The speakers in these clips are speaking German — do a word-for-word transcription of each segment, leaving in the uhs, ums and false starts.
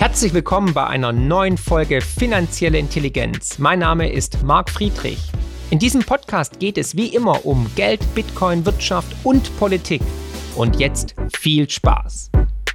Herzlich willkommen bei einer neuen Folge Finanzielle Intelligenz. Mein Name ist Marc Friedrich. In diesem Podcast geht es wie immer um Geld, Bitcoin, Wirtschaft und Politik. Und jetzt viel Spaß.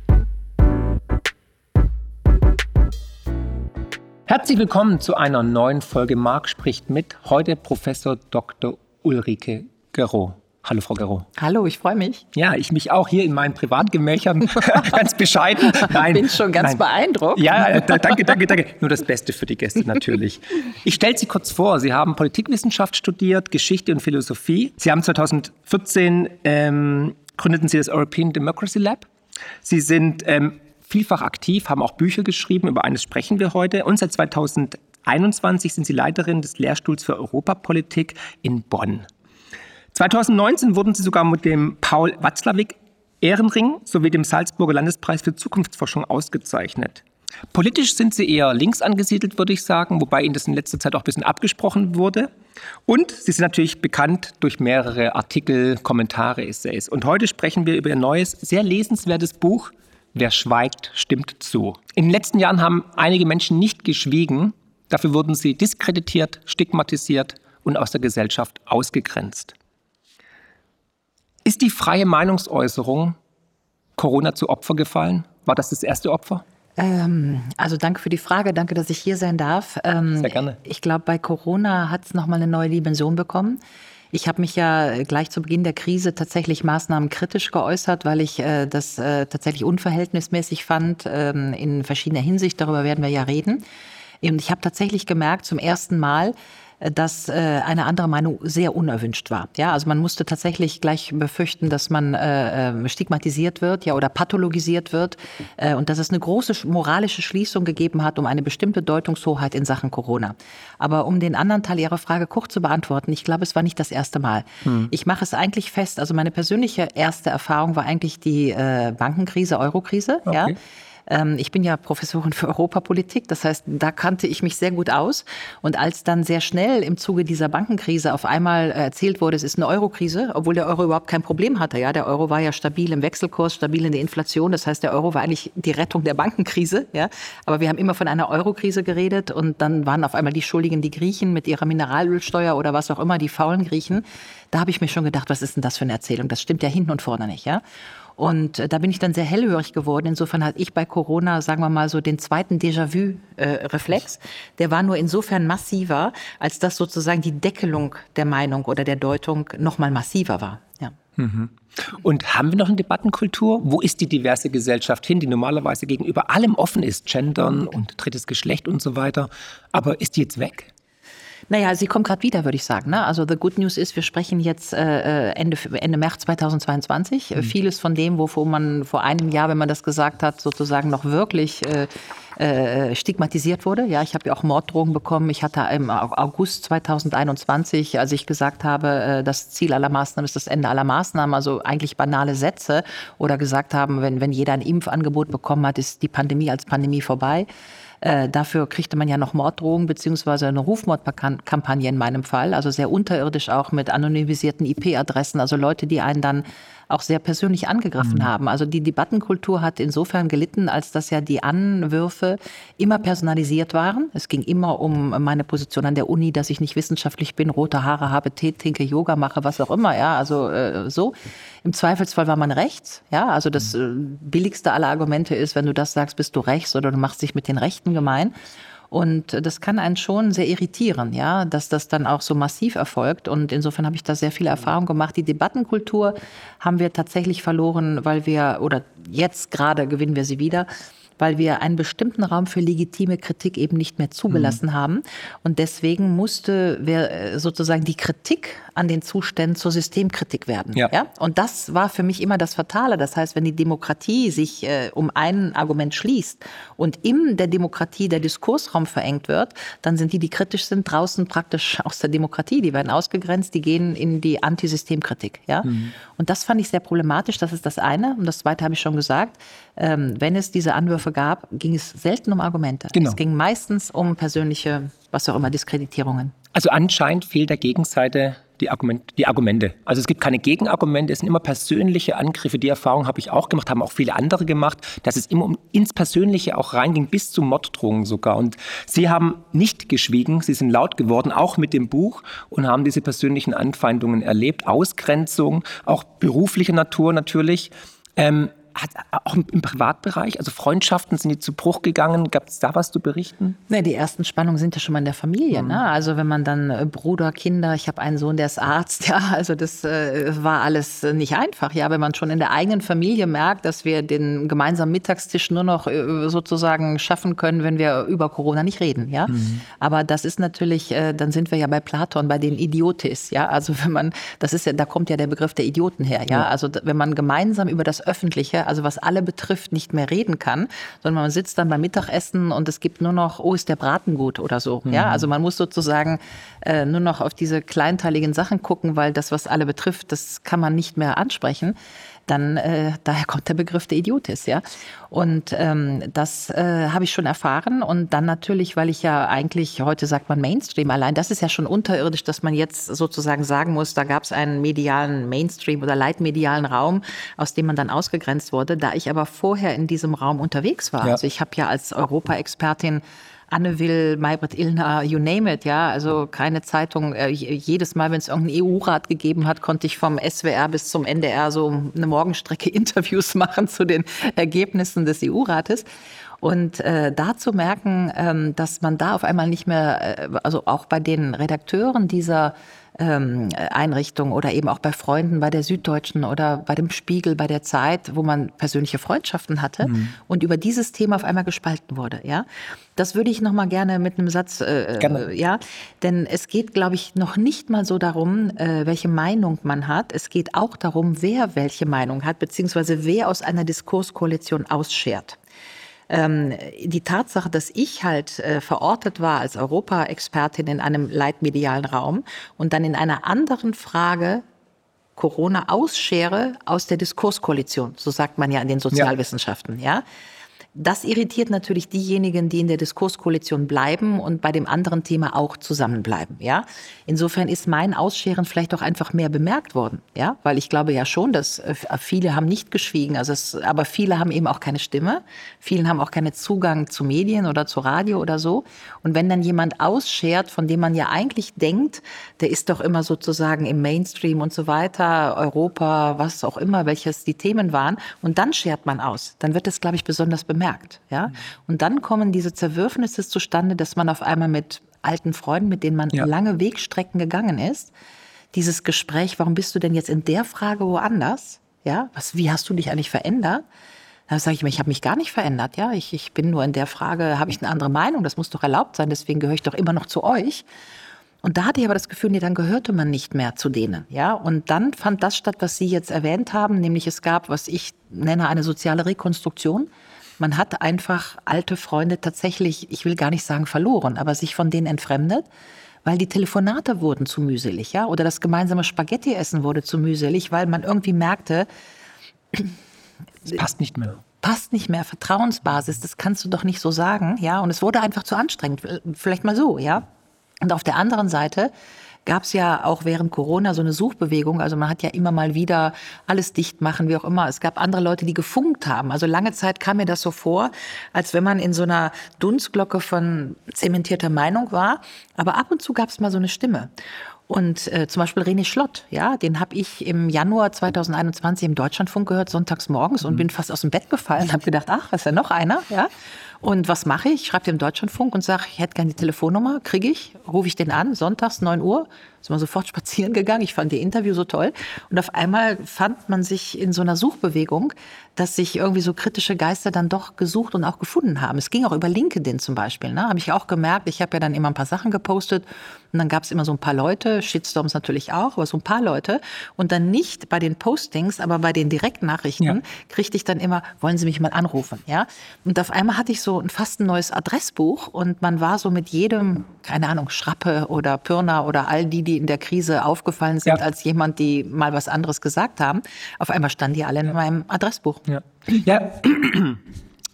Herzlich willkommen zu einer neuen Folge Marc spricht mit. Heute Professor Doktor Ulrike Guerrot. Hallo, Frau Guerrot. Hallo, ich freue mich. Ja, ich mich auch hier in meinen Privatgemächern, ganz bescheiden. Nein, ich bin schon ganz nein. beeindruckt. Ja, danke, danke, danke. Nur das Beste für die Gäste natürlich. Ich stelle Sie kurz vor. Sie haben Politikwissenschaft studiert, Geschichte und Philosophie. Sie haben zweitausendvierzehn ähm, gründeten Sie das European Democracy Lab. Sie sind ähm, vielfach aktiv, haben auch Bücher geschrieben, über eines sprechen wir heute. Und seit zweitausendeinundzwanzig sind Sie Leiterin des Lehrstuhls für Europapolitik in Bonn. zweitausendneunzehn wurden Sie sogar mit dem Paul-Watzlawick-Ehrenring sowie dem Salzburger Landespreis für Zukunftsforschung ausgezeichnet. Politisch sind Sie eher links angesiedelt, würde ich sagen, wobei Ihnen das in letzter Zeit auch ein bisschen abgesprochen wurde. Und Sie sind natürlich bekannt durch mehrere Artikel, Kommentare, Essays. Und heute sprechen wir über Ihr neues, sehr lesenswertes Buch Wer schweigt, stimmt zu. In den letzten Jahren haben einige Menschen nicht geschwiegen. Dafür wurden sie diskreditiert, stigmatisiert und aus der Gesellschaft ausgegrenzt. Ist die freie Meinungsäußerung Corona zu Opfer gefallen? War das das erste Opfer? Ähm, also danke für die Frage, danke, dass ich hier sein darf. Ähm, Sehr gerne. Ich glaube, bei Corona hat es nochmal eine neue Dimension bekommen. Ich habe mich ja gleich zu Beginn der Krise tatsächlich maßnahmenkritisch geäußert, weil ich äh, das äh, tatsächlich unverhältnismäßig fand, ähm, in verschiedener Hinsicht. Darüber werden wir ja reden. Und ich habe tatsächlich gemerkt, zum ersten Mal, dass äh, eine andere Meinung sehr unerwünscht war. Ja, also man musste tatsächlich gleich befürchten, dass man äh, stigmatisiert wird, ja, oder pathologisiert wird äh, und dass es eine große moralische Schließung gegeben hat um eine bestimmte Deutungshoheit in Sachen Corona. Aber um den anderen Teil Ihrer Frage kurz zu beantworten, ich glaube, es war nicht das erste Mal. Hm. Ich mache es eigentlich fest, also meine persönliche erste Erfahrung war eigentlich die äh, Bankenkrise, Eurokrise, okay. Ja. Ich bin ja Professorin für Europapolitik, das heißt, da kannte ich mich sehr gut aus. Und als dann sehr schnell im Zuge dieser Bankenkrise auf einmal erzählt wurde, es ist eine Eurokrise, obwohl der Euro überhaupt kein Problem hatte. Ja, der Euro war ja stabil im Wechselkurs, stabil in der Inflation. Das heißt, der Euro war eigentlich die Rettung der Bankenkrise. Ja, aber wir haben immer von einer Eurokrise geredet und dann waren auf einmal die Schuldigen die Griechen mit ihrer Mineralölsteuer oder was auch immer, die faulen Griechen. Da habe ich mir schon gedacht, was ist denn das für eine Erzählung? Das stimmt ja hinten und vorne nicht, ja. Und da bin ich dann sehr hellhörig geworden. Insofern hatte ich bei Corona, sagen wir mal so, den zweiten Déjà-vu-Reflex. Der war nur insofern massiver, als dass sozusagen die Deckelung der Meinung oder der Deutung noch mal massiver war. Ja. Mhm. Und haben wir noch eine Debattenkultur? Wo ist die diverse Gesellschaft hin, die normalerweise gegenüber allem offen ist? Gendern und drittes Geschlecht und so weiter. Aber ist die jetzt weg? Naja, sie kommt gerade wieder, würde ich sagen. Ne? Also the good news ist, wir sprechen jetzt äh, Ende, Ende März zweitausendzweiundzwanzig. Mhm. Vieles von dem, wovor man vor einem Jahr, wenn man das gesagt hat, sozusagen noch wirklich äh, äh, stigmatisiert wurde. Ja, ich habe ja auch Morddrohungen bekommen. Ich hatte im August zweitausendeinundzwanzig, als ich gesagt habe, äh, das Ziel aller Maßnahmen ist das Ende aller Maßnahmen, also eigentlich banale Sätze oder gesagt haben, wenn, wenn jeder ein Impfangebot bekommen hat, ist die Pandemie als Pandemie vorbei. Äh, dafür kriegte man ja noch Morddrohungen beziehungsweise eine Rufmordkampagne in meinem Fall, also sehr unterirdisch auch mit anonymisierten I P-Adressen, also Leute, die einen dann auch sehr persönlich angegriffen mhm. haben. Also die Debattenkultur hat insofern gelitten, als dass ja die Anwürfe immer personalisiert waren. Es ging immer um meine Position an der Uni, dass ich nicht wissenschaftlich bin, rote Haare habe, Tee trinke, Yoga mache, was auch immer. Ja, also äh, so. Im Zweifelsfall war man rechts. Ja, also das äh, billigste aller Argumente ist, wenn du das sagst, bist du rechts oder du machst dich mit den Rechten gemein. Und das kann einen schon sehr irritieren, ja, dass das dann auch so massiv erfolgt. Und insofern habe ich da sehr viel Erfahrung gemacht. Die Debattenkultur haben wir tatsächlich verloren, weil wir, oder jetzt gerade gewinnen wir sie wieder, weil wir einen bestimmten Raum für legitime Kritik eben nicht mehr zugelassen mhm. haben. Und deswegen musste wir sozusagen die Kritik an den Zuständen zur Systemkritik werden. Ja. Ja? Und das war für mich immer das Fatale. Das heißt, wenn die Demokratie sich äh, um ein Argument schließt und in der Demokratie der Diskursraum verengt wird, dann sind die, die kritisch sind, draußen praktisch aus der Demokratie. Die werden ausgegrenzt, die gehen in die Antisystemkritik. Ja? Mhm. Und das fand ich sehr problematisch. Das ist das eine. Und das zweite habe ich schon gesagt. Ähm, wenn es diese Anwürfe gab, ging es selten um Argumente. Genau. Es ging meistens um persönliche, was auch immer, Diskreditierungen. Also anscheinend fehlt der Gegenseite die, Argument, die Argumente. Also es gibt keine Gegenargumente, es sind immer persönliche Angriffe. Die Erfahrung habe ich auch gemacht, haben auch viele andere gemacht, dass es immer um ins Persönliche auch reinging, bis zu Morddrohungen sogar. Und Sie haben nicht geschwiegen, Sie sind laut geworden, auch mit dem Buch, und haben diese persönlichen Anfeindungen erlebt, Ausgrenzung, auch beruflicher Natur natürlich. Ähm, Hat, auch im Privatbereich, also Freundschaften, sind die zu Bruch gegangen? Gab es da was zu berichten? Ja, die ersten Spannungen sind ja schon mal in der Familie. Mhm. Ne? Also wenn man dann äh, Bruder, Kinder, ich habe einen Sohn, der ist Arzt, ja, also das äh, war alles äh, nicht einfach. Ja, wenn man schon in der eigenen Familie merkt, dass wir den gemeinsamen Mittagstisch nur noch äh, sozusagen schaffen können, wenn wir über Corona nicht reden. Ja, mhm. Aber das ist natürlich, äh, dann sind wir ja bei Platon, bei den Idiotis. Ja, also wenn man, das ist ja, da kommt ja der Begriff der Idioten her. Ja, ja. Also wenn man gemeinsam über das Öffentliche, also was alle betrifft, nicht mehr reden kann, sondern man sitzt dann beim Mittagessen und es gibt nur noch, oh, ist der Braten gut oder so. Mhm. Ja, also man muss sozusagen äh, nur noch auf diese kleinteiligen Sachen gucken, weil das, was alle betrifft, das kann man nicht mehr ansprechen. Dann, äh, daher kommt der Begriff der Idiotis, ja. Und ähm, das äh, habe ich schon erfahren. Und dann natürlich, weil ich ja eigentlich, heute sagt man Mainstream, allein das ist ja schon unterirdisch, dass man jetzt sozusagen sagen muss, da gab es einen medialen Mainstream oder leitmedialen Raum, aus dem man dann ausgegrenzt wurde. Da ich aber vorher in diesem Raum unterwegs war, ja. Also ich habe ja als Europa-Expertin Anne Will, Maybrit Illner, you name it, ja, also keine Zeitung. Äh, jedes Mal, wenn es irgendeinen E U-Rat gegeben hat, konnte ich vom S W R bis zum N D R so eine Morgenstrecke Interviews machen zu den Ergebnissen des E U-Rates. Und äh, da zu merken, ähm, dass man da auf einmal nicht mehr, äh, also auch bei den Redakteuren dieser ähm, Einrichtung oder eben auch bei Freunden, bei der Süddeutschen oder bei dem Spiegel, bei der Zeit, wo man persönliche Freundschaften hatte mhm. und über dieses Thema auf einmal gespalten wurde. Ja, das würde ich noch mal gerne mit einem Satz, äh, gerne. Ja, denn es geht, glaube ich, noch nicht mal so darum, äh, welche Meinung man hat. Es geht auch darum, wer welche Meinung hat, beziehungsweise wer aus einer Diskurskoalition ausschert. Ähm, die Tatsache, dass ich halt äh, verortet war als Europa-Expertin in einem leitmedialen Raum und dann in einer anderen Frage Corona ausschere aus der Diskurskoalition, so sagt man ja in den Sozialwissenschaften, ja. ja? Das irritiert natürlich diejenigen, die in der Diskurskoalition bleiben und bei dem anderen Thema auch zusammenbleiben. Ja? Insofern ist mein Ausscheren vielleicht auch einfach mehr bemerkt worden. Ja? Weil ich glaube ja schon, dass viele haben nicht geschwiegen, also es, aber viele haben eben auch keine Stimme. Vielen haben auch keinen Zugang zu Medien oder zu Radio oder so. Und wenn dann jemand ausschert, von dem man ja eigentlich denkt, der ist doch immer sozusagen im Mainstream und so weiter, Europa, was auch immer, welches die Themen waren, und dann schert man aus, dann wird das, glaube ich, besonders bemerkt. Ja? Und dann kommen diese Zerwürfnisse zustande, dass man auf einmal mit alten Freunden, mit denen man ja. lange Wegstrecken gegangen ist, dieses Gespräch, warum bist du denn jetzt in der Frage woanders? Ja? Was, wie hast du dich eigentlich verändert? Da sage ich mir, ich habe mich gar nicht verändert. Ja? Ich, ich bin nur in der Frage, habe ich eine andere Meinung? Das muss doch erlaubt sein, deswegen gehöre ich doch immer noch zu euch. Und da hatte ich aber das Gefühl, nee, dann gehörte man nicht mehr zu denen. Ja? Und dann fand das statt, was Sie jetzt erwähnt haben, nämlich es gab, was ich nenne, eine soziale Rekonstruktion. Man hat einfach alte Freunde tatsächlich, ich will gar nicht sagen verloren, aber sich von denen entfremdet, weil die Telefonate wurden zu mühselig, ja, oder das gemeinsame Spaghetti-Essen wurde zu mühselig, weil man irgendwie merkte, es passt nicht mehr. Passt nicht mehr, Vertrauensbasis, das kannst du doch nicht so sagen, ja, und es wurde einfach zu anstrengend, vielleicht mal so, ja. Und auf der anderen Seite gab es ja auch während Corona so eine Suchbewegung. Also man hat ja immer mal wieder alles dicht machen, wie auch immer. Es gab andere Leute, die gefunkt haben. Also lange Zeit kam mir das so vor, als wenn man in so einer Dunstglocke von zementierter Meinung war. Aber ab und zu gab es mal so eine Stimme. Und äh, zum Beispiel René Schlott, ja, den habe ich im Januar zweitausendeinundzwanzig im Deutschlandfunk gehört, sonntags morgens, und mhm. bin fast aus dem Bett gefallen, habe gedacht, ach, ist ja noch einer, ja. Und was mache ich? Ich schreibe dem Deutschlandfunk und sage, ich hätte gerne die Telefonnummer, kriege ich, rufe ich den an, sonntags neun Uhr, sind wir sofort spazieren gegangen, ich fand die Interview so toll. Und auf einmal fand man sich in so einer Suchbewegung, dass sich irgendwie so kritische Geister dann doch gesucht und auch gefunden haben. Es ging auch über LinkedIn zum Beispiel, ne? Habe ich auch gemerkt, ich habe ja dann immer ein paar Sachen gepostet und dann gab es immer so ein paar Leute, Shitstorms natürlich auch, aber so ein paar Leute. Und dann nicht bei den Postings, aber bei den Direktnachrichten ja. kriegte ich dann immer, wollen Sie mich mal anrufen, ja? Und auf einmal hatte ich so ein fast ein neues Adressbuch und man war so mit jedem, keine Ahnung, Schrappe oder Pirner oder all die, die in der Krise aufgefallen sind, ja. als jemand, die mal was anderes gesagt haben. Auf einmal standen die alle in meinem Adressbuch. Ja, ja.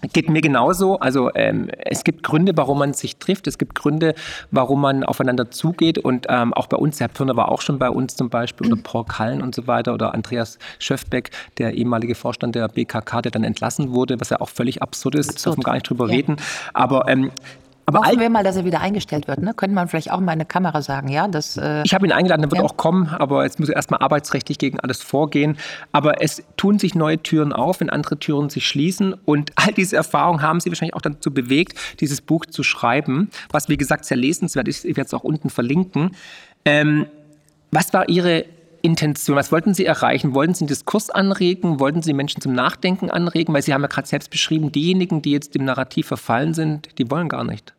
Geht mir genauso. Also ähm, es gibt Gründe, warum man sich trifft. Es gibt Gründe, warum man aufeinander zugeht. Und ähm, auch bei uns, Herr Pirner war auch schon bei uns zum Beispiel, oder Paul Kallen und so weiter, oder Andreas Schöfbeck, der ehemalige Vorstand der B K K, der dann entlassen wurde, was ja auch völlig absurd ist. Absurd. Darf man gar nicht drüber ja. reden. Aber ähm, Aber hoffen wir mal, dass er wieder eingestellt wird. Ne? Könnte man vielleicht auch mal in der Kamera sagen, ja? Dass, äh ich habe ihn eingeladen, er wird ja. auch kommen, aber jetzt muss er erstmal arbeitsrechtlich gegen alles vorgehen. Aber es tun sich neue Türen auf, wenn andere Türen sich schließen. Und all diese Erfahrungen haben Sie wahrscheinlich auch dazu bewegt, dieses Buch zu schreiben, was, wie gesagt, sehr lesenswert ist. Ich werde es auch unten verlinken. Ähm, was war Ihre Intention? Was wollten Sie erreichen? Wollten Sie einen Diskurs anregen? Wollten Sie Menschen zum Nachdenken anregen? Weil Sie haben ja gerade selbst beschrieben, diejenigen, die jetzt dem Narrativ verfallen sind, die wollen gar nicht.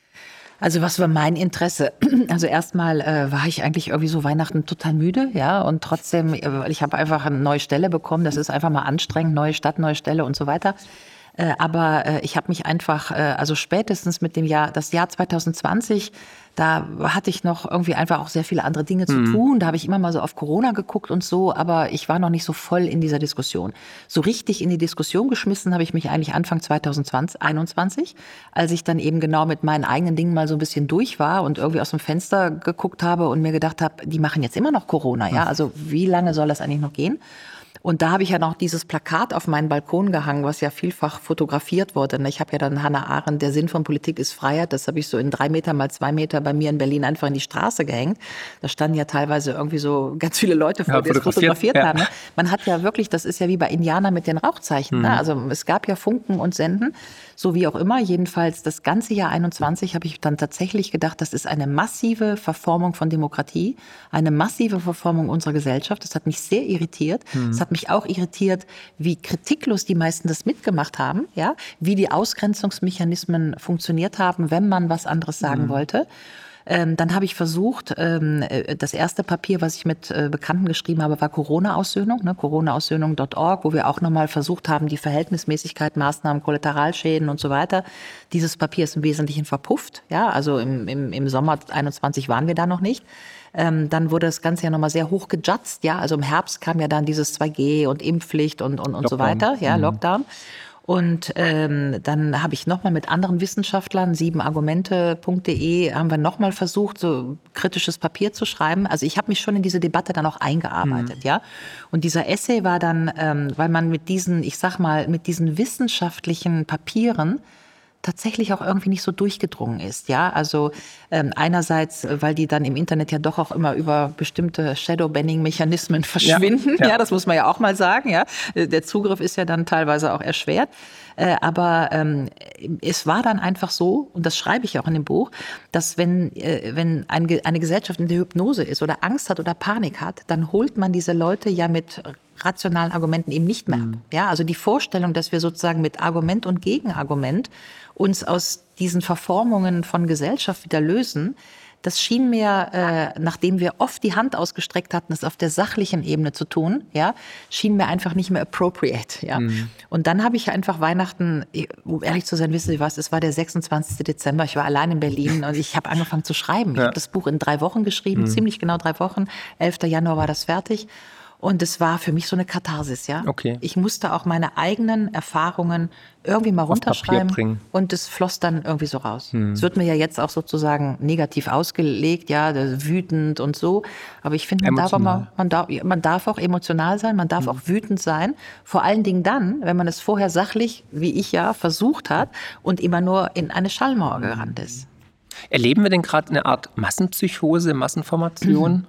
Also was war mein Interesse? Also erstmal äh, war ich eigentlich irgendwie so Weihnachten total müde, ja, und trotzdem, äh, ich habe einfach eine neue Stelle bekommen. Das ist einfach mal anstrengend, neue Stadt, neue Stelle und so weiter. Äh, aber äh, ich habe mich einfach, äh, also spätestens mit dem Jahr, das Jahr zwanzig zwanzig, da hatte ich noch irgendwie einfach auch sehr viele andere Dinge zu mhm. tun. Da habe ich immer mal so auf Corona geguckt und so, aber ich war noch nicht so voll in dieser Diskussion. So richtig in die Diskussion geschmissen habe ich mich eigentlich Anfang zwanzig einundzwanzig, als ich dann eben genau mit meinen eigenen Dingen mal so ein bisschen durch war und irgendwie aus dem Fenster geguckt habe und mir gedacht habe, die machen jetzt immer noch Corona, ja? Also wie lange soll das eigentlich noch gehen? Und da habe ich ja noch dieses Plakat auf meinen Balkon gehangen, was ja vielfach fotografiert wurde. Ich habe ja dann Hannah Arendt, der Sinn von Politik ist Freiheit. Das habe ich so in drei Meter mal zwei Meter bei mir in Berlin einfach in die Straße gehängt. Da standen ja teilweise irgendwie so ganz viele Leute vor, ja, die das fotografiert ja. haben. Man hat ja wirklich, das ist ja wie bei Indianern mit den Rauchzeichen. Mhm. Ne? Also es gab ja Funken und Senden, so wie auch immer. Jedenfalls das ganze Jahr einundzwanzig habe ich dann tatsächlich gedacht, das ist eine massive Verformung von Demokratie, eine massive Verformung unserer Gesellschaft. Das hat mich sehr irritiert. Mhm. Das hat mich auch irritiert, wie kritiklos die meisten das mitgemacht haben, ja, wie die Ausgrenzungsmechanismen funktioniert haben, wenn man was anderes sagen mhm. wollte. Ähm, dann habe ich versucht, ähm, das erste Papier, was ich mit äh, Bekannten geschrieben habe, war Corona-Aussöhnung, ne, corona aussöhnung punkt org, wo wir auch nochmal versucht haben, die Verhältnismäßigkeit, Maßnahmen, Kollateralschäden und so weiter. Dieses Papier ist im Wesentlichen verpufft, ja, also im, im, im Sommer einundzwanzig waren wir da noch nicht. Ähm, dann wurde das Ganze ja nochmal sehr hoch gejudged, ja, also im Herbst kam ja dann dieses zwei G und Impfpflicht und, und, und so weiter, ja, mhm. Lockdown. Und ähm, dann habe ich nochmal mit anderen Wissenschaftlern, sieben argumente punkt de, haben wir nochmal versucht, so kritisches Papier zu schreiben. Also ich habe mich schon in diese Debatte dann auch eingearbeitet, mhm. ja. Und dieser Essay war dann, ähm, weil man mit diesen, ich sag mal, mit diesen wissenschaftlichen Papieren tatsächlich auch irgendwie nicht so durchgedrungen ist, ja, also ähm, einerseits, weil die dann im Internet ja doch auch immer über bestimmte Shadow-Banning-Mechanismen verschwinden, ja, ja. ja, das muss man ja auch mal sagen, ja, der Zugriff ist ja dann teilweise auch erschwert, äh, aber ähm, es war dann einfach so, und das schreibe ich auch in dem Buch, dass wenn, äh, wenn ein, eine Gesellschaft in der Hypnose ist oder Angst hat oder Panik hat, dann holt man diese Leute ja mit rationalen Argumenten eben nicht mehr ab. Mhm. Ja, also die Vorstellung, dass wir sozusagen mit Argument und Gegenargument uns aus diesen Verformungen von Gesellschaft wieder lösen, das schien mir, äh, nachdem wir oft die Hand ausgestreckt hatten, es auf der sachlichen Ebene zu tun, ja, schien mir einfach nicht mehr appropriate. Ja. Mhm. Und dann habe ich einfach Weihnachten, um ehrlich zu sein, wissen Sie was, es war der sechsundzwanzigste Dezember, ich war allein in Berlin und ich habe angefangen zu schreiben. Ich ja. habe das Buch in drei Wochen geschrieben, mhm. ziemlich genau drei Wochen. elfter Januar war das fertig. Und es war für mich so eine Katharsis, ja. Okay. Ich musste auch meine eigenen Erfahrungen irgendwie mal runterschreiben und es floss dann irgendwie so raus. Hm. Es wird mir ja jetzt auch sozusagen negativ ausgelegt, ja, wütend und so. Aber ich finde, man darf, auch mal, man, darf, man darf auch emotional sein, man darf hm. auch wütend sein. Vor allen Dingen dann, wenn man es vorher sachlich, wie ich ja, versucht hat und immer nur in eine Schallmauer gerannt ist. Erleben wir denn gerade eine Art Massenpsychose, Massenformation? Mhm.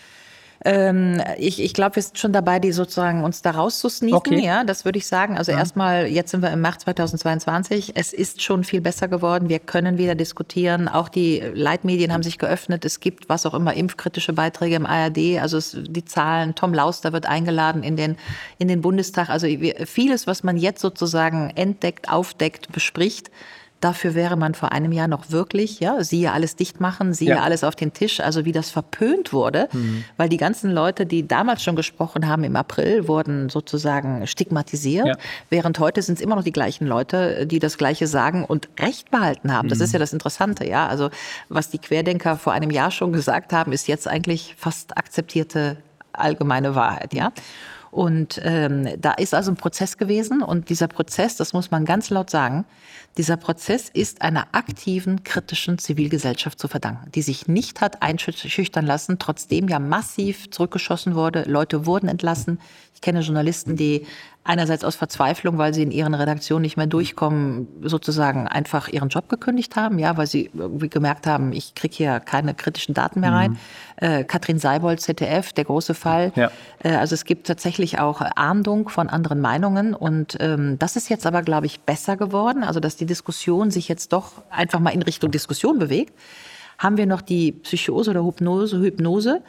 Ähm, ich ich glaube, wir sind schon dabei, die sozusagen uns da rauszusneaken, okay. ja, das würde ich sagen. Also ja. erstmal, jetzt sind wir im März zweitausendzweiundzwanzig. Es ist schon viel besser geworden. Wir können wieder diskutieren. Auch die Leitmedien haben sich geöffnet. Es gibt, was auch immer, impfkritische Beiträge im A R D. Also es, die Zahlen, Tom Lauster wird eingeladen in den, in den Bundestag. Also vieles, was man jetzt sozusagen entdeckt, aufdeckt, bespricht, dafür wäre man vor einem Jahr noch wirklich, ja, siehe alles dicht machen, siehe ja. alles auf den Tisch, also wie das verpönt wurde, mhm. weil die ganzen Leute, die damals schon gesprochen haben im April, wurden sozusagen stigmatisiert, ja. während heute sind es immer noch die gleichen Leute, die das Gleiche sagen und Recht behalten haben. Mhm. Das ist ja das Interessante, ja, also was die Querdenker vor einem Jahr schon gesagt haben, ist jetzt eigentlich fast akzeptierte allgemeine Wahrheit, ja. Und ähm, da ist also ein Prozess gewesen und dieser Prozess, das muss man ganz laut sagen, dieser Prozess ist einer aktiven, kritischen Zivilgesellschaft zu verdanken, die sich nicht hat einschüchtern lassen, trotzdem ja massiv zurückgeschossen wurde. Leute wurden entlassen. Ich kenne Journalisten, die einerseits aus Verzweiflung, weil sie in ihren Redaktionen nicht mehr durchkommen, sozusagen einfach ihren Job gekündigt haben, ja, weil sie irgendwie gemerkt haben, ich kriege hier keine kritischen Daten mehr rein. Mhm. Äh, Katrin Seibold, Z D F, der große Fall. Ja. Äh, also es gibt tatsächlich auch Ahndung von anderen Meinungen und ähm, das ist jetzt aber, glaube ich, besser geworden, also dass die Diskussion sich jetzt doch einfach mal in Richtung Diskussion bewegt. Haben wir noch die Psychose oder Hypnose, Hypnose?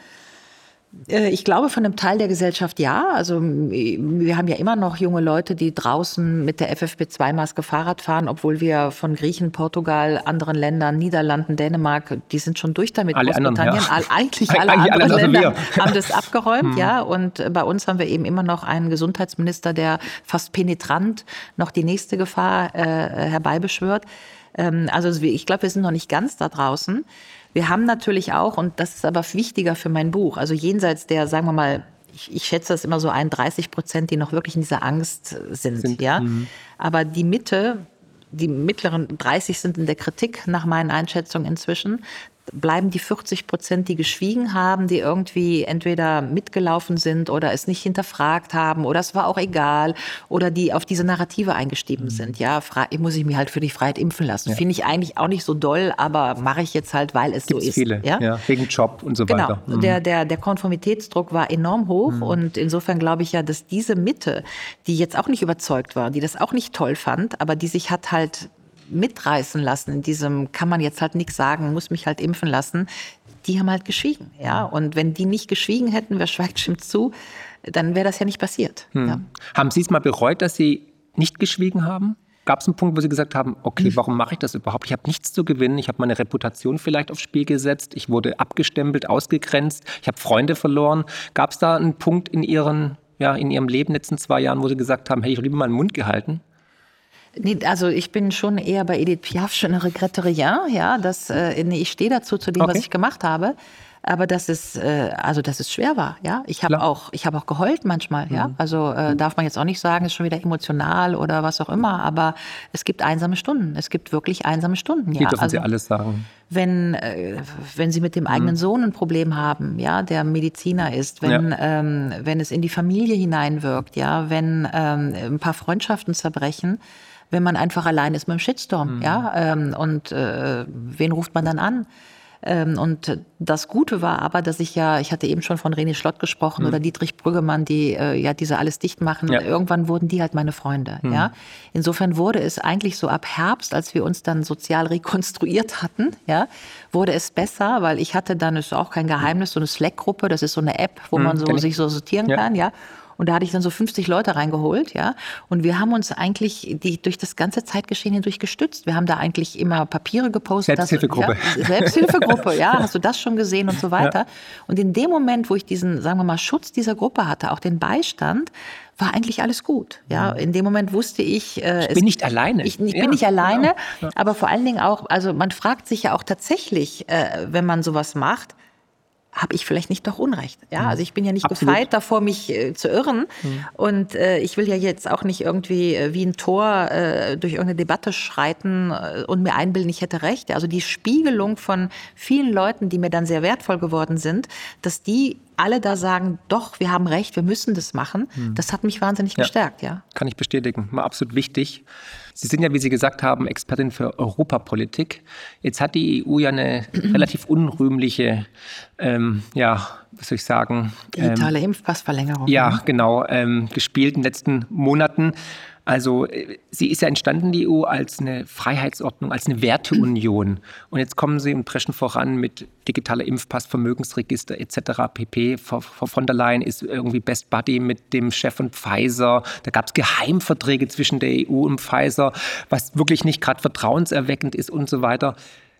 Ich glaube, von einem Teil der Gesellschaft ja. Also wir haben ja immer noch junge Leute, die draußen mit der F F P zwei Maske Fahrrad fahren, obwohl wir von Griechen, Portugal, anderen Ländern, Niederlanden, Dänemark, die sind schon durch damit. Alle anderen, ja. All, eigentlich alle eigentlich anderen alle Länder haben das abgeräumt, hm. ja. Und bei uns haben wir eben immer noch einen Gesundheitsminister, der fast penetrant noch die nächste Gefahr äh, herbeibeschwört. Ähm, also ich glaube, wir sind noch nicht ganz da draußen. Wir haben natürlich auch, und das ist aber wichtiger für mein Buch, also jenseits der, sagen wir mal, ich, ich schätze das immer so ein, dreißig Prozent, die noch wirklich in dieser Angst sind, sind ja. Mhm. Aber die Mitte, die mittleren dreißig sind in der Kritik nach meinen Einschätzungen inzwischen. Bleiben die vierzig Prozent, die geschwiegen haben, die irgendwie entweder mitgelaufen sind oder es nicht hinterfragt haben oder es war auch egal oder die auf diese Narrative eingestiegen mhm. sind. Ja, ich muss ich mich halt für die Freiheit impfen lassen. Ja. Finde ich eigentlich auch nicht so doll, aber mache ich jetzt halt, weil es Gibt's so ist. Viele, ja? Ja, wegen Job und so genau. weiter. Genau, mhm. der, der, der Konformitätsdruck war enorm hoch mhm. und insofern glaube ich ja, dass diese Mitte, die jetzt auch nicht überzeugt war, die das auch nicht toll fand, aber die sich hat halt mitreißen lassen in diesem, kann man jetzt halt nichts sagen, muss mich halt impfen lassen, die haben halt geschwiegen. Ja? Und wenn die nicht geschwiegen hätten, wer schweigt, stimmt zu, dann wäre das ja nicht passiert. Hm. Ja. Haben Sie es mal bereut, dass Sie nicht geschwiegen haben? Gab es einen Punkt, wo Sie gesagt haben, okay, warum mache ich das überhaupt? Ich habe nichts zu gewinnen, ich habe meine Reputation vielleicht aufs Spiel gesetzt, ich wurde abgestempelt, ausgegrenzt, ich habe Freunde verloren. Gab es da einen Punkt in Ihren, ja, in Ihrem Leben in den letzten zwei Jahren, wo Sie gesagt haben, hey, ich habe lieber meinen Mund gehalten? Nee, also ich bin schon eher bei Edith Piaf, schon eine Regrette rien, ja, das, äh, nee, ich stehe dazu, zu dem, okay. was ich gemacht habe, aber dass es, äh, also dass es schwer war, ja, ich habe auch, ich habe auch geheult manchmal, mhm. ja, also äh, darf man jetzt auch nicht sagen, ist schon wieder emotional oder was auch immer, aber es gibt einsame Stunden, es gibt wirklich einsame Stunden, ja. Wie dürfen also, Sie alles sagen? Wenn, äh, wenn Sie mit dem eigenen mhm. Sohn ein Problem haben, ja, der Mediziner ist, wenn, ja. ähm, wenn es in die Familie hineinwirkt, ja, wenn ähm, ein paar Freundschaften zerbrechen, wenn man einfach allein ist mit dem Shitstorm, mhm. ja, ähm, und äh, wen ruft man dann an? Ähm, und das Gute war aber, dass ich ja, ich hatte eben schon von René Schlott gesprochen mhm. oder Dietrich Brüggemann, die äh, ja diese alles dicht machen. Ja. Irgendwann wurden die halt meine Freunde, mhm. ja. Insofern wurde es eigentlich so ab Herbst, als wir uns dann sozial rekonstruiert hatten, ja, wurde es besser, weil ich hatte dann, ist auch kein Geheimnis, so eine Slack-Gruppe, das ist so eine App, wo mhm, man so sich so sortieren ja. kann, ja. Und da hatte ich dann so fünfzig Leute reingeholt, ja. Und wir haben uns eigentlich die, durch das ganze Zeitgeschehen hindurch gestützt. Wir haben da eigentlich immer Papiere gepostet. Selbsthilfegruppe. Ja, Selbsthilfegruppe, ja. Hast du das schon gesehen und so weiter. Ja. Und in dem Moment, wo ich diesen, sagen wir mal, Schutz dieser Gruppe hatte, auch den Beistand, war eigentlich alles gut. Ja, in dem Moment wusste ich, äh, ich bin es, nicht alleine. Ich, ich ja, bin nicht alleine, ja. aber vor allen Dingen auch, also man fragt sich ja auch tatsächlich, äh, wenn man sowas macht, habe ich vielleicht nicht doch Unrecht. Ja, also ich bin ja nicht Absolut. gefeit davor, mich äh, zu irren. Mhm. Und äh, ich will ja jetzt auch nicht irgendwie äh, wie ein Tor äh, durch irgendeine Debatte schreiten äh, und mir einbilden, ich hätte recht. Also die Spiegelung von vielen Leuten, die mir dann sehr wertvoll geworden sind, dass die alle da sagen, doch, wir haben recht, wir müssen das machen. Mhm. Das hat mich wahnsinnig ja. gestärkt. Ja. Kann ich bestätigen. Mal absolut wichtig. Sie sind ja, wie Sie gesagt haben, Expertin für Europapolitik. Jetzt hat die E U ja eine relativ unrühmliche, ähm, ja, was soll ich sagen? Digitale ähm, Impfpassverlängerung. Ja, genau, ähm, gespielt in den letzten Monaten. Also sie ist ja entstanden, die E U, als eine Freiheitsordnung, als eine Werteunion. Und jetzt kommen sie und preschen voran mit digitaler Impfpass, Vermögensregister et cetera pp. Frau von der Leyen ist irgendwie Best Buddy mit dem Chef von Pfizer. Da gab es Geheimverträge zwischen der E U und Pfizer, was wirklich nicht gerade vertrauenserweckend ist und so weiter.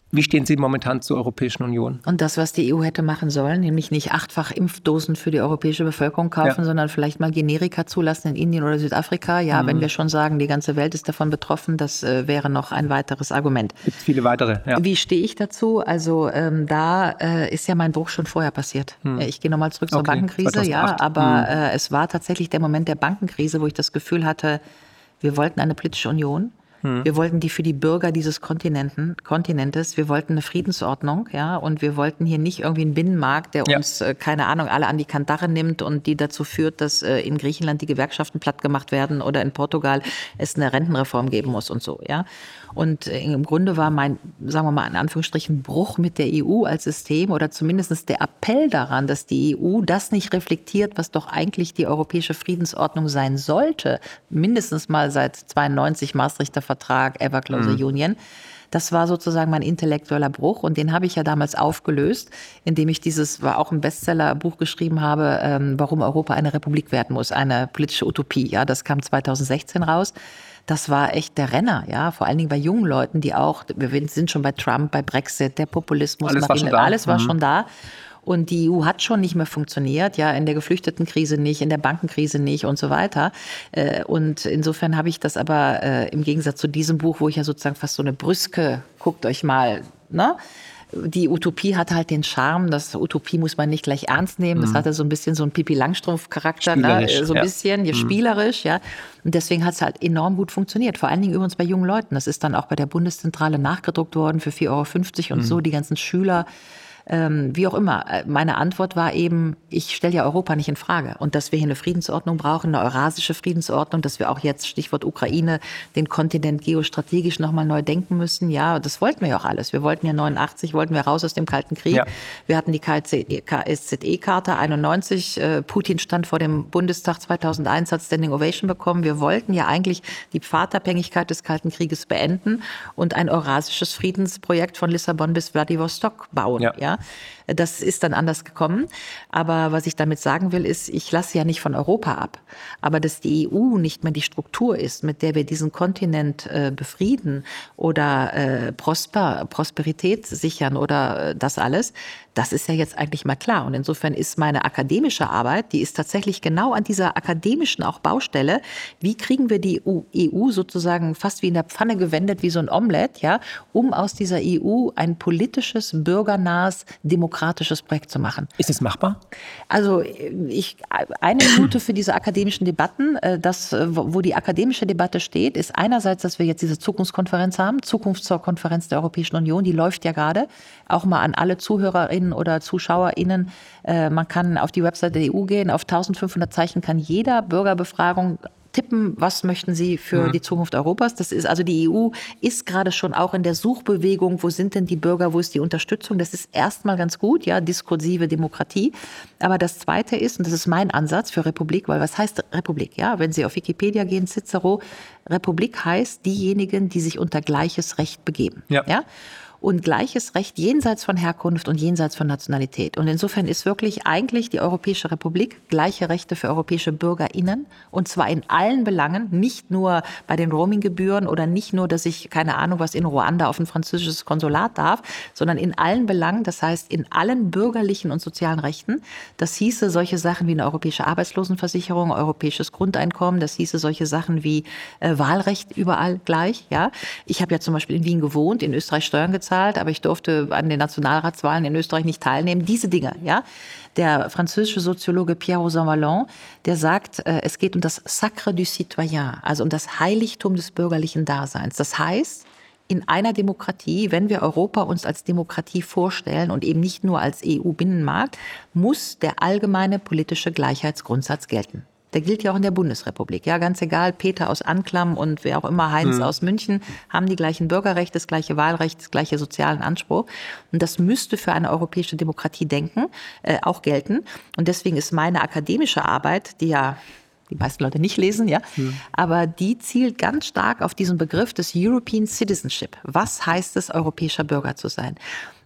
Wie stehen Sie momentan zur Europäischen Union? Und das, was die E U hätte machen sollen, nämlich nicht achtfach Impfdosen für die europäische Bevölkerung kaufen, ja. sondern vielleicht mal Generika zulassen in Indien oder Südafrika. Ja, mhm. wenn wir schon sagen, die ganze Welt ist davon betroffen, das äh, wäre noch ein weiteres Argument. Gibt viele weitere, ja. Wie stehe ich dazu? Also ähm, da äh, ist ja mein Bruch schon vorher passiert. Hm. Ich gehe nochmal zurück zur okay. Bankenkrise, zweitausendacht. Ja, aber hm. äh, es war tatsächlich der Moment der Bankenkrise, wo ich das Gefühl hatte, wir wollten eine politische Union. Hm. Wir wollten die für die Bürger dieses Kontinenten, Kontinentes, wir wollten eine Friedensordnung, ja, und wir wollten hier nicht irgendwie einen Binnenmarkt, der ja. uns, äh, keine Ahnung, alle an die Kandare nimmt und die dazu führt, dass äh, in Griechenland die Gewerkschaften plattgemacht werden oder in Portugal es eine Rentenreform geben muss und so, ja. Und äh, im Grunde war mein, sagen wir mal in Anführungsstrichen, Bruch mit der E U als System oder zumindest der Appell daran, dass die E U das nicht reflektiert, was doch eigentlich die europäische Friedensordnung sein sollte, mindestens mal seit zweiundneunzig Maastrichter Vertrag, Ever Closer mhm. Union. Das war sozusagen mein intellektueller Bruch und den habe ich ja damals aufgelöst, indem ich dieses, war auch ein Bestseller-Buch geschrieben habe, ähm, warum Europa eine Republik werden muss, eine politische Utopie. Ja, das kam zweitausendsechzehn raus. Das war echt der Renner, ja, vor allen Dingen bei jungen Leuten, die auch, wir sind schon bei Trump, bei Brexit, der Populismus, alles war schon da. Alles war mhm. schon da. Und die E U hat schon nicht mehr funktioniert, ja, in der Geflüchtetenkrise nicht, in der Bankenkrise nicht und so weiter. Und insofern habe ich das aber im Gegensatz zu diesem Buch, wo ich ja sozusagen fast so eine Brüske, guckt euch mal, ne? Die Utopie hatte halt den Charme, das Utopie muss man nicht gleich ernst nehmen. Das hatte so ein bisschen so einen Pipi-Langstrumpf-Charakter, ne? So ein ja. bisschen, ja, spielerisch, ja. Und deswegen hat es halt enorm gut funktioniert. Vor allen Dingen übrigens bei jungen Leuten. Das ist dann auch bei der Bundeszentrale nachgedruckt worden für vier Euro fünfzig und mhm. so, die ganzen Schüler. Ähm, wie auch immer. Meine Antwort war eben, ich stelle ja Europa nicht in Frage. Und dass wir hier eine Friedensordnung brauchen, eine eurasische Friedensordnung, dass wir auch jetzt, Stichwort Ukraine, den Kontinent geostrategisch nochmal neu denken müssen. Ja, das wollten wir ja auch alles. Wir wollten ja neunundachtzig, wollten wir raus aus dem Kalten Krieg. Ja. Wir hatten die K S Z E-Charta einundneunzig. Putin stand vor dem Bundestag zweitausendeins, hat Standing Ovation bekommen. Wir wollten ja eigentlich die Pfadabhängigkeit des Kalten Krieges beenden und ein eurasisches Friedensprojekt von Lissabon bis Vladivostok bauen. Ja. Ja. Das ist dann anders gekommen. Aber was ich damit sagen will, ist, ich lasse ja nicht von Europa ab. Aber dass die E U nicht mehr die Struktur ist, mit der wir diesen Kontinent äh, befrieden oder äh, Prosper, Prosperität sichern oder äh, das alles, das ist ja jetzt eigentlich mal klar. Und insofern ist meine akademische Arbeit, die ist tatsächlich genau an dieser akademischen auch Baustelle. Wie kriegen wir die E U sozusagen fast wie in der Pfanne gewendet, wie so ein Omelett, ja, um aus dieser E U ein politisches, bürgernahes, demokratisches Projekt zu machen. Ist es machbar? Also ich, eine Minute für diese akademischen Debatten. Das, wo die akademische Debatte steht, ist einerseits, dass wir jetzt diese Zukunftskonferenz haben, Zukunft zur Konferenz der Europäischen Union, die läuft ja gerade. Auch mal an alle ZuhörerInnen oder ZuschauerInnen. Man kann auf die Webseite der E U gehen, auf eintausendfünfhundert Zeichen kann jeder Bürgerbefragung tippen, was möchten Sie für mhm. die Zukunft Europas. Das ist also die E U ist gerade schon auch in der Suchbewegung, wo sind denn die Bürger, wo ist die Unterstützung. Das ist erstmal ganz gut, ja, diskursive Demokratie. Aber das Zweite ist, und das ist mein Ansatz für Republik, weil was heißt Republik? Ja, wenn Sie auf Wikipedia gehen, Cicero, Republik heißt diejenigen, die sich unter gleiches Recht begeben. Ja. ja? Und gleiches Recht jenseits von Herkunft und jenseits von Nationalität. Und insofern ist wirklich eigentlich die Europäische Republik gleiche Rechte für europäische BürgerInnen. Und zwar in allen Belangen, nicht nur bei den Roaminggebühren oder nicht nur, dass ich, keine Ahnung, was in Ruanda auf ein französisches Konsulat darf, sondern in allen Belangen, das heißt in allen bürgerlichen und sozialen Rechten. Das hieße solche Sachen wie eine europäische Arbeitslosenversicherung, europäisches Grundeinkommen, das hieße solche Sachen wie äh, Wahlrecht überall gleich. Ja, ich habe ja zum Beispiel in Wien gewohnt, in Österreich Steuern gezahlt, aber ich durfte an den Nationalratswahlen in Österreich nicht teilnehmen. Diese Dinge, ja. Der französische Soziologe Pierre Rosanvallon, der sagt, es geht um das Sacre du Citoyen, also um das Heiligtum des bürgerlichen Daseins. Das heißt, in einer Demokratie, wenn wir Europa uns als Demokratie vorstellen und eben nicht nur als E U-Binnenmarkt, muss der allgemeine politische Gleichheitsgrundsatz gelten. Der gilt ja auch in der Bundesrepublik. Ja, ganz egal, Peter aus Anklam und wer auch immer, Heinz mhm. aus München, haben die gleichen Bürgerrechte, das gleiche Wahlrecht, das gleiche sozialen Anspruch. Und das müsste für eine europäische Demokratie denken, äh, auch gelten. Und deswegen ist meine akademische Arbeit, die ja die meisten Leute nicht lesen, ja, mhm. aber die zielt ganz stark auf diesen Begriff des European Citizenship. Was heißt es, europäischer Bürger zu sein?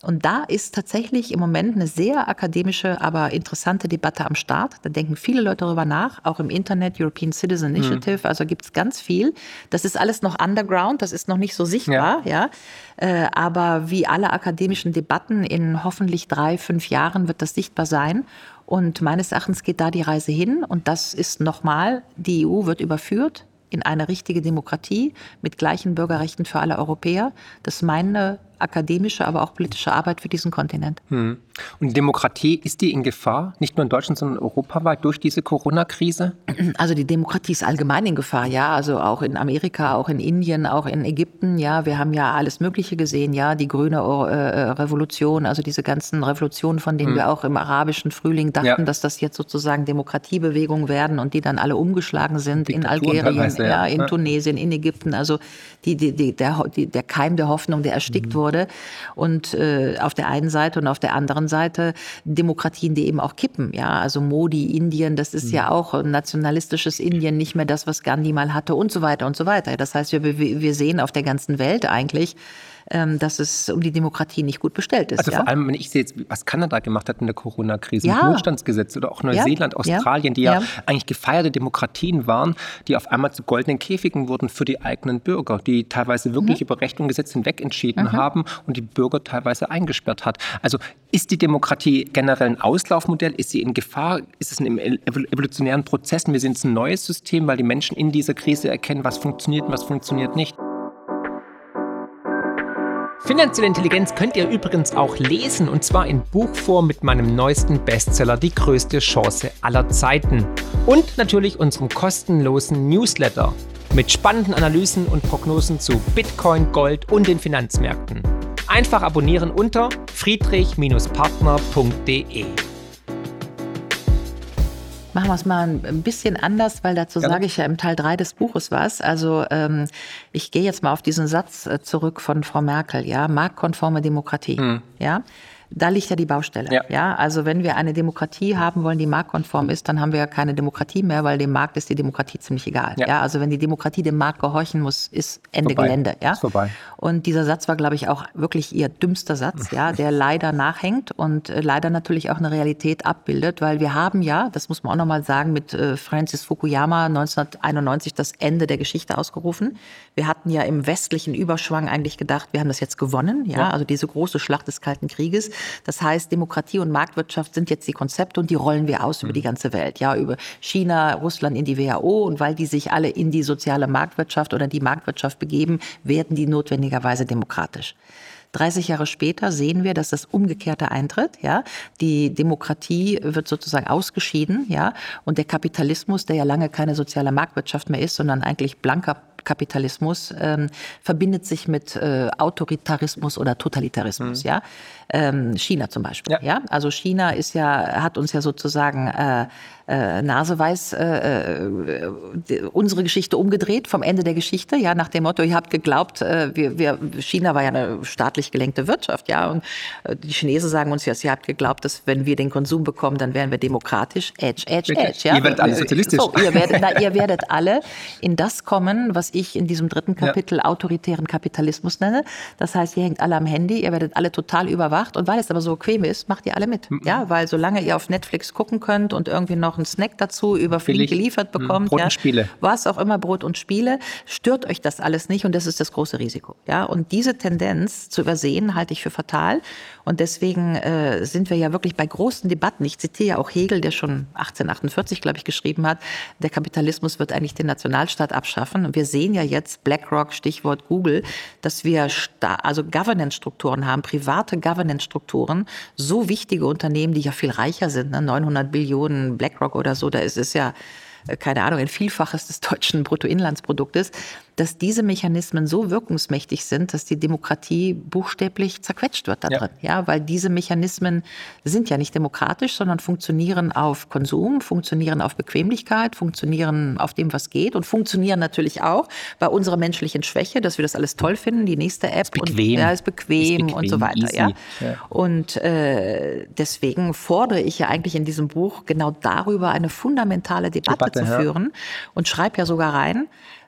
Und da ist tatsächlich im Moment eine sehr akademische, aber interessante Debatte am Start. Da denken viele Leute darüber nach, auch im Internet, European Citizen Initiative, mhm. also gibt es ganz viel. Das ist alles noch underground, das ist noch nicht so sichtbar, ja. ja. Äh, aber wie alle akademischen Debatten in hoffentlich drei, fünf Jahren wird das sichtbar sein. Und meines Erachtens geht da die Reise hin. Und das ist nochmal, die E U wird überführt in eine richtige Demokratie mit gleichen Bürgerrechten für alle Europäer. Das ist meine akademische, aber auch politische Arbeit für diesen Kontinent. Hm. Und Demokratie, ist die in Gefahr, nicht nur in Deutschland, sondern europaweit durch diese Corona-Krise? Also die Demokratie ist allgemein in Gefahr, ja. Also auch in Amerika, auch in Indien, auch in Ägypten, ja. Wir haben ja alles Mögliche gesehen, ja. Die grüne äh, Revolution, also diese ganzen Revolutionen, von denen hm. wir auch im arabischen Frühling dachten, ja. dass das jetzt sozusagen Demokratiebewegungen werden und die dann alle umgeschlagen sind in Algerien, ja, ja, in ja. Tunesien, in Ägypten. Also die, die, die, der, die, der Keim der Hoffnung, der erstickt hm. wurde. Und äh, auf der einen Seite und auf der anderen Seite Demokratien, die eben auch kippen. Ja, also Modi, Indien, das ist mhm. ja auch ein nationalistisches Indien, nicht mehr das, was Gandhi mal hatte und so weiter und so weiter. Das heißt, wir, wir sehen auf der ganzen Welt eigentlich, dass es um die Demokratie nicht gut bestellt ist. Also ja? vor allem, wenn ich sehe jetzt, was Kanada gemacht hat in der Corona-Krise, ja. mit Notstandsgesetz oder auch Neuseeland, ja. Australien, die ja, ja eigentlich gefeierte Demokratien waren, die auf einmal zu goldenen Käfigen wurden für die eigenen Bürger, die teilweise wirklich mhm. über Recht und Gesetz hinweg entschieden mhm. haben und die Bürger teilweise eingesperrt hat. Also ist die Demokratie generell ein Auslaufmodell? Ist sie in Gefahr? Ist es ein evolutionären Prozess? Wir sehen es ein neues System, weil die Menschen in dieser Krise erkennen, was funktioniert und was funktioniert nicht. Finanzielle Intelligenz könnt ihr übrigens auch lesen, und zwar in Buchform mit meinem neuesten Bestseller Die größte Chance aller Zeiten. Und natürlich unserem kostenlosen Newsletter mit spannenden Analysen und Prognosen zu Bitcoin, Gold und den Finanzmärkten. Einfach abonnieren unter friedrich Partner punkt de. Machen wir es mal ein bisschen anders, weil dazu ja. sage ich ja im Teil drei des Buches was. Also ähm, ich gehe jetzt mal auf diesen Satz äh, zurück von Frau Merkel, ja, marktkonforme Demokratie, mhm. ja. Da liegt ja die Baustelle. Ja. ja. Also wenn wir eine Demokratie haben wollen, die marktkonform ist, dann haben wir ja keine Demokratie mehr, weil dem Markt ist die Demokratie ziemlich egal. Ja. Ja. Also wenn die Demokratie dem Markt gehorchen muss, ist Ende vorbei. Gelände. Ja. Ist vorbei. Und dieser Satz war, glaube ich, auch wirklich ihr dümmster Satz, ja, der leider nachhängt und äh, leider natürlich auch eine Realität abbildet, weil wir haben ja, das muss man auch nochmal sagen, mit äh, Francis Fukuyama neunzehnhunderteinundneunzig das Ende der Geschichte ausgerufen. Wir hatten ja im westlichen Überschwang eigentlich gedacht, wir haben das jetzt gewonnen, ja, ja. also diese große Schlacht des Kalten Krieges. Das heißt, Demokratie und Marktwirtschaft sind jetzt die Konzepte und die rollen wir aus mhm. über die ganze Welt. Ja, über China, Russland in die W H O, und weil die sich alle in die soziale Marktwirtschaft oder die Marktwirtschaft begeben, werden die notwendigerweise demokratisch. dreißig Jahre später sehen wir, dass das Umgekehrte eintritt. Ja? Die Demokratie wird sozusagen ausgeschieden. Ja? Und der Kapitalismus, der ja lange keine soziale Marktwirtschaft mehr ist, sondern eigentlich blanker Kapitalismus, ähm, verbindet sich mit äh, Autoritarismus oder Totalitarismus. Mhm. Ja? Ähm, China zum Beispiel. Ja. Ja? Also China ist ja, hat uns ja sozusagen äh, äh, naseweiß äh, äh, unsere Geschichte umgedreht vom Ende der Geschichte. Ja? Nach dem Motto, ihr habt geglaubt, äh, wir, wir, China war ja eine staatlich gelenkte Wirtschaft. Ja? Und äh, die Chinesen sagen uns jetzt, ihr habt geglaubt, dass wenn wir den Konsum bekommen, dann wären wir demokratisch. Edge, edge, edge. Ja? Ihr werdet alle sozialistisch. So, ihr, werdet, na, ihr werdet alle in das kommen, was ich in diesem dritten Kapitel ja. autoritären Kapitalismus nenne. Das heißt, ihr hängt alle am Handy, ihr werdet alle total überwacht, und weil es aber so bequem ist, macht ihr alle mit. Mhm. Ja, weil solange ihr auf Netflix gucken könnt und irgendwie noch einen Snack dazu über Flink geliefert bekommt, Brot ja, und Spiele. Was auch immer, Brot und Spiele, stört euch das alles nicht, und das ist das große Risiko. Ja, und diese Tendenz zu übersehen, halte ich für fatal, und deswegen äh, sind wir ja wirklich bei großen Debatten. Ich zitiere ja auch Hegel, der schon achtzehnhundertachtundvierzig, glaube ich, geschrieben hat, der Kapitalismus wird eigentlich den Nationalstaat abschaffen, und wir sehen ja jetzt, BlackRock, Stichwort Google, dass wir sta- also Governance-Strukturen haben, private Governance-Strukturen, so wichtige Unternehmen, die ja viel reicher sind, ne? neunhundert Billionen BlackRock oder so, da ist es ja, keine Ahnung, ein Vielfaches des deutschen Bruttoinlandsproduktes, dass diese Mechanismen so wirkungsmächtig sind, dass die Demokratie buchstäblich zerquetscht wird da drin. Ja. ja, weil diese Mechanismen sind ja nicht demokratisch, sondern funktionieren auf Konsum, funktionieren auf Bequemlichkeit, funktionieren auf dem, was geht, und funktionieren natürlich auch bei unserer menschlichen Schwäche, dass wir das alles toll finden, die nächste App. Ist bequem. Und, ja, ist bequem, ist bequem und so weiter. Ja. ja. Und äh, deswegen fordere ich ja eigentlich in diesem Buch genau darüber eine fundamentale Debatte, Debatte zu führen, ja. und schreibe ja sogar rein,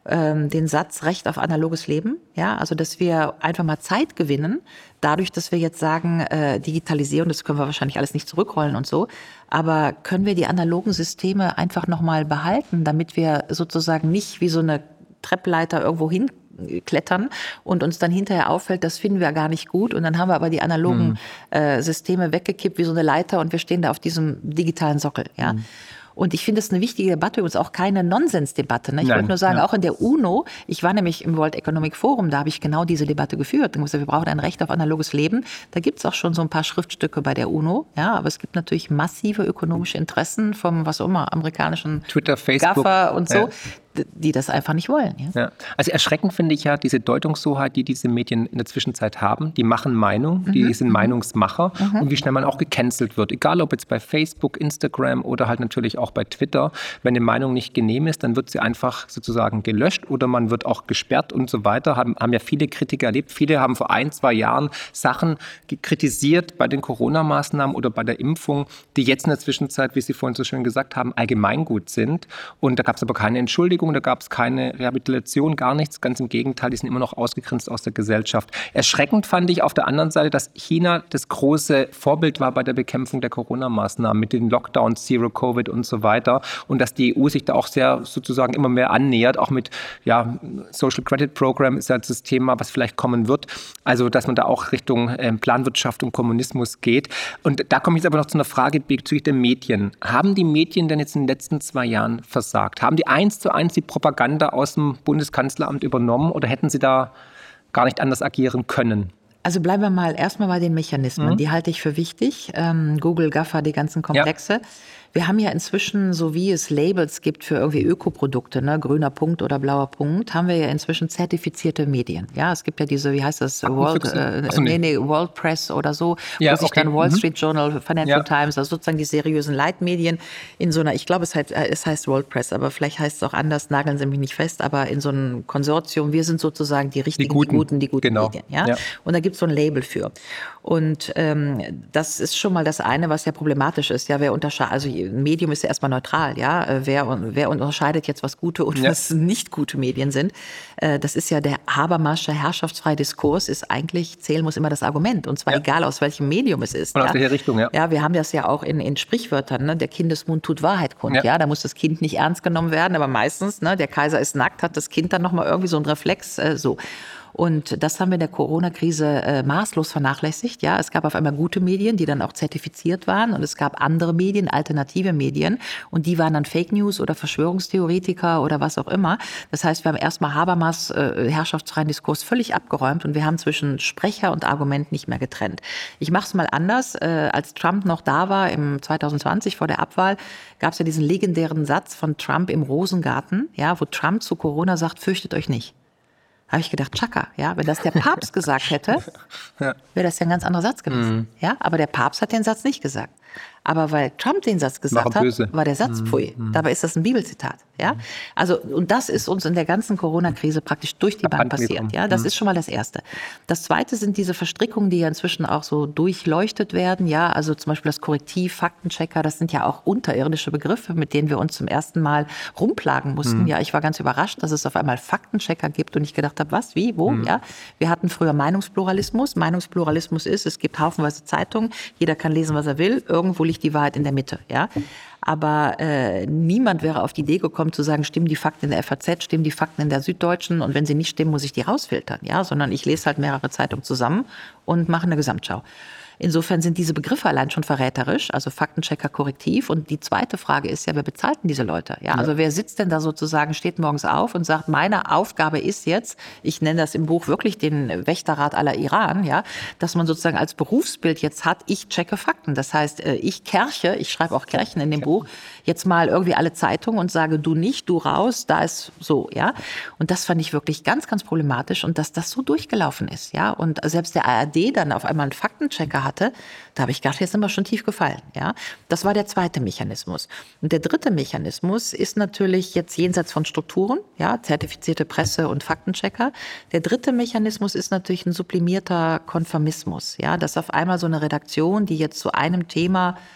ähm, den Satz Recht auf analoges Leben. Ja, also dass wir einfach mal Zeit gewinnen, dadurch, dass wir jetzt sagen, äh, Digitalisierung, das können wir wahrscheinlich alles nicht zurückrollen und so, aber können wir die analogen Systeme einfach nochmal behalten, damit wir sozusagen nicht wie so eine Treppleiter irgendwo hinklettern und uns dann hinterher auffällt, das finden wir gar nicht gut und dann haben wir aber die analogen hm. äh, Systeme weggekippt wie so eine Leiter und wir stehen da auf diesem digitalen Sockel. Ja. Hm. Und ich finde das eine wichtige Debatte, übrigens auch keine Nonsensdebatte. Ne? Ich wollte nur sagen, ja. auch in der UNO, ich war nämlich im World Economic Forum, da habe ich genau diese Debatte geführt. Und wir brauchen ein Recht auf analoges Leben. Da gibt es auch schon so ein paar Schriftstücke bei der UNO. Ja, aber es gibt natürlich massive ökonomische Interessen vom, was auch immer, amerikanischen Twitter, Facebook Gaffer und so. Ja. Die das einfach nicht wollen. Ja? Ja. Also erschreckend finde ich ja diese Deutungshoheit, die diese Medien in der Zwischenzeit haben. Die machen Meinung, die mhm. sind Meinungsmacher mhm. und wie schnell man auch gecancelt wird. Egal ob jetzt bei Facebook, Instagram oder halt natürlich auch bei Twitter. Wenn eine Meinung nicht genehm ist, dann wird sie einfach sozusagen gelöscht oder man wird auch gesperrt und so weiter. Haben, haben ja viele Kritiker erlebt. Viele haben vor ein, zwei Jahren Sachen kritisiert bei den Corona-Maßnahmen oder bei der Impfung, die jetzt in der Zwischenzeit, wie Sie vorhin so schön gesagt haben, allgemeingut sind. Und da gab es aber keine Entschuldigung. Da gab es keine Rehabilitation, gar nichts. Ganz im Gegenteil, die sind immer noch ausgegrenzt aus der Gesellschaft. Erschreckend fand ich auf der anderen Seite, dass China das große Vorbild war bei der Bekämpfung der Corona-Maßnahmen mit den Lockdowns, Zero Covid und so weiter. Und dass die E U sich da auch sehr sozusagen immer mehr annähert. Auch mit ja, Social Credit Program ist ja das Thema, was vielleicht kommen wird. Also, dass man da auch Richtung äh, Planwirtschaft und Kommunismus geht. Und da komme ich jetzt aber noch zu einer Frage bezüglich der Medien. Haben die Medien denn jetzt in den letzten zwei Jahren versagt? Haben die eins zu eins die Propaganda aus dem Bundeskanzleramt übernommen oder hätten Sie da gar nicht anders agieren können? Also bleiben wir mal erstmal bei den Mechanismen. Mhm. Die halte ich für wichtig. Ähm, Google, Gaffer, die ganzen Komplexe. Ja. Wir haben ja inzwischen, so wie es Labels gibt für irgendwie Ökoprodukte, ne, grüner Punkt oder blauer Punkt, haben wir ja inzwischen zertifizierte Medien. Ja, es gibt ja diese, wie heißt das, World, äh, so, nee, nee, World Press oder so, ja, wo sich okay. dann Wall Street mhm. Journal, Financial ja. Times, also sozusagen die seriösen Leitmedien in so einer, ich glaube, es heißt, es heißt World Press, aber vielleicht heißt es auch anders, nageln Sie mich nicht fest, aber in so einem Konsortium, wir sind sozusagen die richtigen, die guten, die guten, die guten genau. Medien. Ja? Ja. Und da gibt es so ein Label für. Und ähm, das ist schon mal das eine, was ja problematisch ist. Ja, wer unterscheidet, also ein Medium ist ja erstmal neutral, ja. Wer, wer unterscheidet jetzt, was gute und ja. was nicht gute Medien sind? Äh, das ist ja der Habermasche herrschaftsfreie Diskurs, ist eigentlich, zählen muss immer das Argument. Und zwar ja. egal, aus welchem Medium es ist. Und ja? aus welcher Richtung, ja. Ja, wir haben das ja auch in, in Sprichwörtern, ne? Der Kindesmund tut Wahrheit kund, ja. ja. Da muss das Kind nicht ernst genommen werden, aber meistens, ne, der Kaiser ist nackt, hat das Kind dann nochmal irgendwie so einen Reflex, äh, so. Und das haben wir in der Corona-Krise äh, maßlos vernachlässigt. Ja, es gab auf einmal gute Medien, die dann auch zertifiziert waren. Und es gab andere Medien, alternative Medien. Und die waren dann Fake News oder Verschwörungstheoretiker oder was auch immer. Das heißt, wir haben erstmal Habermas äh, herrschaftsfreien Diskurs völlig abgeräumt. Und wir haben zwischen Sprecher und Argument nicht mehr getrennt. Ich mache es mal anders. Äh, als Trump noch da war, im zwanzig zwanzig vor der Abwahl, gab es ja diesen legendären Satz von Trump im Rosengarten, ja, wo Trump zu Corona sagt, fürchtet euch nicht. Habe ich gedacht, Chaka, ja, wenn das der Papst gesagt hätte, wäre das ja ein ganz anderer Satz gewesen. Mhm. Ja, aber der Papst hat den Satz nicht gesagt. Aber weil Trump den Satz gesagt hat, war der Satz pfui. Mhm. Dabei ist das ein Bibelzitat. Ja? Also, und das ist uns in der ganzen Corona-Krise praktisch durch die Bank passiert. Ja? Das mhm. ist schon mal das Erste. Das Zweite sind diese Verstrickungen, die ja inzwischen auch so durchleuchtet werden. Ja? Also zum Beispiel das Korrektiv, Faktenchecker, das sind ja auch unterirdische Begriffe, mit denen wir uns zum ersten Mal rumplagen mussten. Mhm. Ja, ich war ganz überrascht, dass es auf einmal Faktenchecker gibt und ich gedacht habe, was, wie, wo? Mhm. Ja? Wir hatten früher Meinungspluralismus. Meinungspluralismus ist, es gibt haufenweise Zeitungen, jeder kann lesen, was er will, irgendwo liegt die Wahrheit in der Mitte, ja. Aber äh, niemand wäre auf die Idee gekommen zu sagen, stimmen die Fakten in der F A Z, stimmen die Fakten in der Süddeutschen und wenn sie nicht stimmen, muss ich die rausfiltern, ja. Sondern ich lese halt mehrere Zeitungen zusammen und mache eine Gesamtschau. Insofern sind diese Begriffe allein schon verräterisch, also Faktenchecker, Korrektiv. Und die zweite Frage ist ja, wer bezahlt denn diese Leute? Ja, also ja. wer sitzt denn da sozusagen, steht morgens auf und sagt, meine Aufgabe ist jetzt, ich nenne das im Buch wirklich den Wächterrat aller Iran, ja, dass man sozusagen als Berufsbild jetzt hat, ich checke Fakten. Das heißt, ich kerche, ich schreibe auch Kerchen in dem Buch, jetzt mal irgendwie alle Zeitungen und sage, du nicht, du raus, da ist so, ja. Und das fand ich wirklich ganz, ganz problematisch und dass das so durchgelaufen ist, ja. Und selbst der A R D dann auf einmal einen Faktenchecker hatte, da habe ich gedacht, jetzt sind wir schon tief gefallen. Ja? Das war der zweite Mechanismus. Und der dritte Mechanismus ist natürlich jetzt jenseits von Strukturen, ja, zertifizierte Presse und Faktenchecker. Der dritte Mechanismus ist natürlich ein sublimierter Konformismus, ja, dass auf einmal so eine Redaktion, die jetzt zu einem Thema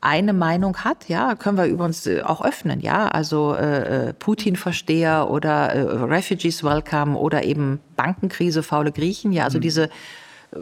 eine Meinung hat, ja, können wir übrigens auch öffnen, ja, also äh, Putin-Versteher oder äh, Refugees Welcome oder eben Bankenkrise, faule Griechen, ja, also mhm. diese äh,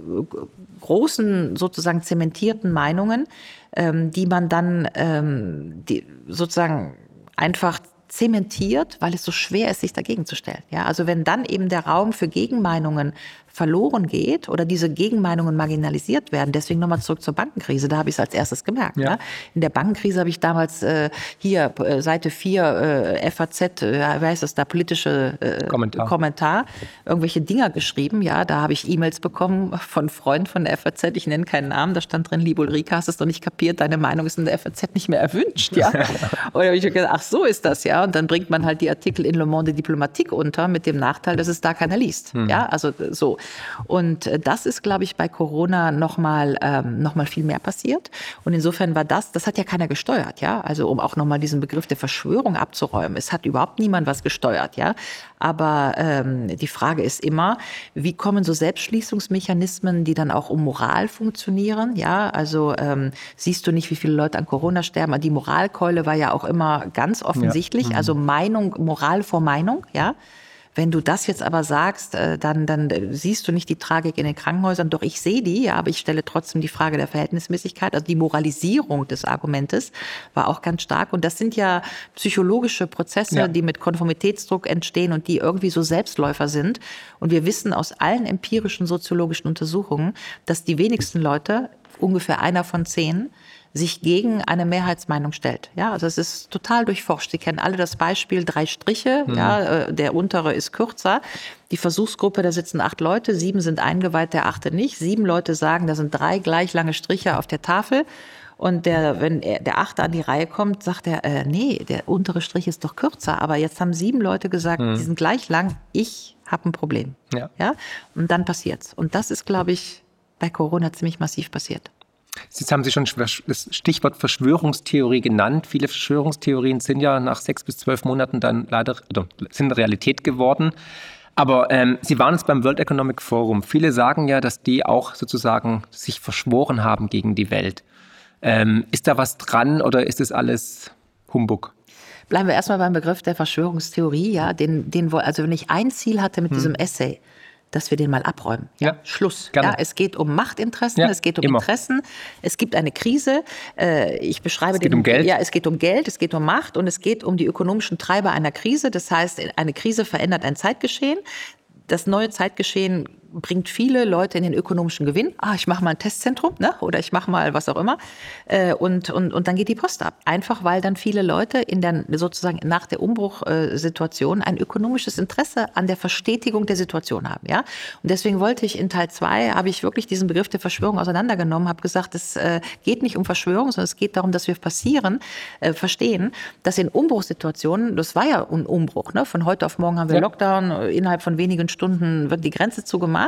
großen sozusagen zementierten Meinungen, ähm, die man dann ähm, die sozusagen einfach zementiert, weil es so schwer ist, sich dagegen zu stellen. Ja, also wenn dann eben der Raum für Gegenmeinungen verloren geht oder diese Gegenmeinungen marginalisiert werden. Deswegen nochmal zurück zur Bankenkrise. Da habe ich es als erstes gemerkt. Ja. Ja. In der Bankenkrise habe ich damals äh, hier äh, Seite vier äh, F A Z, äh, wie heißt das da, politische äh, Kommentar. Kommentar, irgendwelche Dinger geschrieben. Ja, da habe ich E-Mails bekommen von Freunden von der F A Z. Ich nenne keinen Namen. Da stand drin, liebe Ulrike, hast du es noch nicht kapiert? Deine Meinung ist in der F A Z nicht mehr erwünscht. Ja. Und da habe ich gedacht, ach so ist das, ja. Und dann bringt man halt die Artikel in Le Monde Diplomatique unter mit dem Nachteil, dass es da keiner liest. Hm. Ja, also so. Und das ist, glaube ich, bei Corona noch mal, ähm, noch mal viel mehr passiert. Und insofern war das, das hat ja keiner gesteuert, ja. Also um auch noch mal diesen Begriff der Verschwörung abzuräumen. Es hat überhaupt niemand was gesteuert, ja. Aber ähm, die Frage ist immer, wie kommen so Selbstschließungsmechanismen, die dann auch um Moral funktionieren, ja. Also ähm, siehst du nicht, wie viele Leute an Corona sterben? Die Moralkeule war ja auch immer ganz offensichtlich. Ja. Mhm. Also Meinung, Moral vor Meinung, ja. Wenn du das jetzt aber sagst, dann, dann siehst du nicht die Tragik in den Krankenhäusern. Doch ich sehe die, ja, aber ich stelle trotzdem die Frage der Verhältnismäßigkeit. Also die Moralisierung des Argumentes war auch ganz stark. Und das sind ja psychologische Prozesse, ja. die mit Konformitätsdruck entstehen und die irgendwie so Selbstläufer sind. Und wir wissen aus allen empirischen soziologischen Untersuchungen, dass die wenigsten Leute, ungefähr einer von zehn, sich gegen eine Mehrheitsmeinung stellt. Ja, also es ist total durchforscht. Sie kennen alle das Beispiel drei Striche, mhm. ja, der untere ist kürzer. Die Versuchsgruppe, da sitzen acht Leute, sieben sind eingeweiht, der achte nicht. Sieben Leute sagen, da sind drei gleich lange Striche auf der Tafel. Und der, wenn er, der Achte an die Reihe kommt, sagt er, äh, nee, der untere Strich ist doch kürzer. Aber jetzt haben sieben Leute gesagt, mhm. die sind gleich lang, ich habe ein Problem. Ja. Ja? Und dann passiert's. Und das ist, glaube ich, bei Corona ziemlich massiv passiert. Jetzt haben Sie schon das Stichwort Verschwörungstheorie genannt. Viele Verschwörungstheorien sind ja nach sechs bis zwölf Monaten dann leider also sind Realität geworden. Aber ähm, Sie waren jetzt beim World Economic Forum. Viele sagen ja, dass die auch sozusagen sich verschworen haben gegen die Welt. Ähm, ist da was dran oder ist das alles Humbug? Bleiben wir erstmal beim Begriff der Verschwörungstheorie. Ja, den, den, also wenn ich ein Ziel hatte mit hm. diesem Essay, dass wir den mal abräumen. Ja, ja. Schluss. Ja, es geht um Machtinteressen, ja, es geht um immer. Interessen, es gibt eine Krise. Äh, ich beschreibe es geht den, um Geld. Ja, es geht um Geld, es geht um Macht und es geht um die ökonomischen Treiber einer Krise. Das heißt, eine Krise verändert ein Zeitgeschehen. Das neue Zeitgeschehen bringt viele Leute in den ökonomischen Gewinn. Ah, ich mache mal ein Testzentrum, ne? Oder ich mache mal was auch immer. Äh, und, und, und dann geht die Post ab. Einfach, weil dann viele Leute in der, sozusagen nach der Umbruchsituation ein ökonomisches Interesse an der Verstetigung der Situation haben. Ja? Und deswegen wollte ich in Teil zwei, habe ich wirklich diesen Begriff der Verschwörung auseinandergenommen, habe gesagt, es äh, geht nicht um Verschwörung, sondern es geht darum, dass wir passieren, äh, verstehen, dass in Umbruchssituationen, das war ja ein Umbruch, ne? Von heute auf morgen haben wir ja. Lockdown, innerhalb von wenigen Stunden wird die Grenze zugemacht.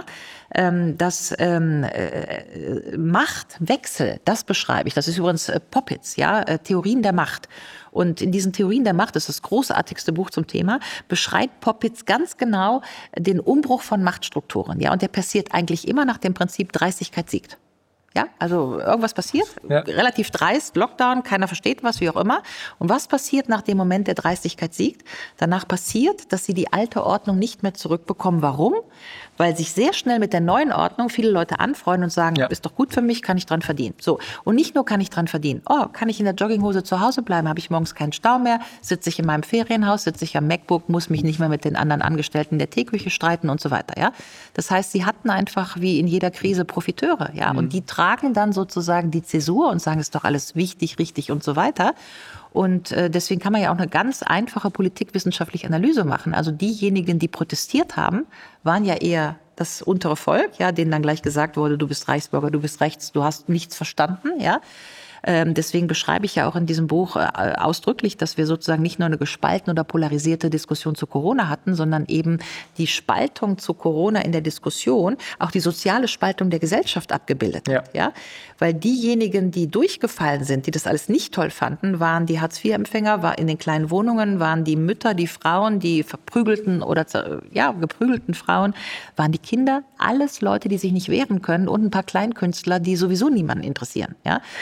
Das ähm, äh, Machtwechsel, das beschreibe ich. Das ist übrigens äh, Poppitz, ja, äh, Theorien der Macht. Und in diesen Theorien der Macht, das ist das großartigste Buch zum Thema, beschreibt Poppitz ganz genau den Umbruch von Machtstrukturen. Ja, und der passiert eigentlich immer nach dem Prinzip Dreistigkeit siegt. Ja, also irgendwas passiert, ja. relativ dreist, Lockdown, keiner versteht was, wie auch immer. Und was passiert nach dem Moment der Dreistigkeit siegt? Danach passiert, dass sie die alte Ordnung nicht mehr zurückbekommen. Warum? Weil sich sehr schnell mit der neuen Ordnung viele Leute anfreunden und sagen, ja. ist doch gut für mich, kann ich dran verdienen. So. Und nicht nur kann ich dran verdienen. Oh, kann ich in der Jogginghose zu Hause bleiben, habe ich morgens keinen Stau mehr, sitze ich in meinem Ferienhaus, sitze ich am MacBook, muss mich nicht mehr mit den anderen Angestellten der Teeküche streiten und so weiter. Ja? Das heißt, sie hatten einfach wie in jeder Krise Profiteure. Ja? Mhm. Und die tragen dann sozusagen die Zäsur und sagen, ist doch alles wichtig, richtig und so weiter. Und äh, deswegen kann man ja auch eine ganz einfache politikwissenschaftliche Analyse machen. Also diejenigen, die protestiert haben, waren ja eher das untere Volk, ja, denen dann gleich gesagt wurde, du bist Reichsbürger, du bist rechts, du hast nichts verstanden, ja. Ähm, deswegen beschreibe ich ja auch in diesem Buch äh, ausdrücklich, dass wir sozusagen nicht nur eine gespaltene oder polarisierte Diskussion zu Corona hatten, sondern eben die Spaltung zu Corona in der Diskussion, auch die soziale Spaltung der Gesellschaft abgebildet hat. Ja. Ja? Weil diejenigen, die durchgefallen sind, die das alles nicht toll fanden, waren die Hartz vier Empfänger, war in den kleinen Wohnungen, waren die Mütter, die Frauen, die verprügelten oder ja, geprügelten Frauen, waren die Kinder, alles Leute, die sich nicht wehren können und ein paar Kleinkünstler, die sowieso niemanden interessieren. Ja? Das heißt,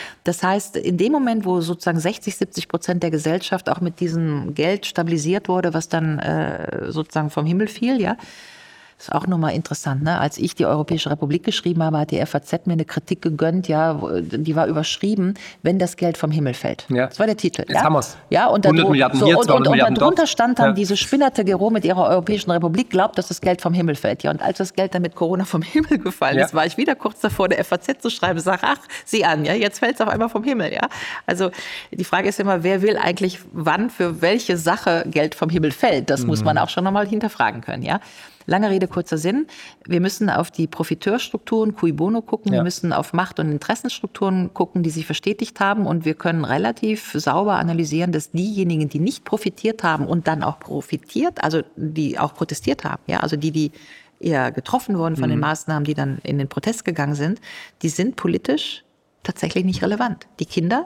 heißt, in dem Moment, wo sozusagen sechzig, siebzig Prozent der Gesellschaft auch mit diesem Geld stabilisiert wurde, was dann äh, sozusagen vom Himmel fiel, ja, ist auch nochmal interessant, ne? Als ich die Europäische Republik geschrieben habe, hat die F A Z mir eine Kritik gegönnt, ja, die war überschrieben, wenn das Geld vom Himmel fällt. Ja. Das war der Titel. Jetzt ja? haben wir es. Ja, und hundert Milliarden so, hier, und, und, und Milliarden darunter dort. stand dann, ja. diese Spinnerte Gero mit ihrer Europäischen Republik glaubt, dass das Geld vom Himmel fällt. Ja, und als das Geld dann mit Corona vom Himmel gefallen ja. ist, war ich wieder kurz davor, der F A Z zu schreiben, sag, ach, sieh an, ja, jetzt fällt es auf einmal vom Himmel. Ja? Also die Frage ist immer, wer will eigentlich wann für welche Sache Geld vom Himmel fällt? Das mhm. muss man auch schon nochmal hinterfragen können, ja. Lange Rede, kurzer Sinn. Wir müssen auf die Profiteurstrukturen, cui bono gucken. Ja. Wir müssen auf Macht- und Interessenstrukturen gucken, die sich verstetigt haben. Und wir können relativ sauber analysieren, dass diejenigen, die nicht profitiert haben und dann auch profitiert, also die auch protestiert haben, ja, also die, die eher getroffen wurden von mhm. den Maßnahmen, die dann in den Protest gegangen sind, die sind politisch tatsächlich nicht relevant. Die Kinder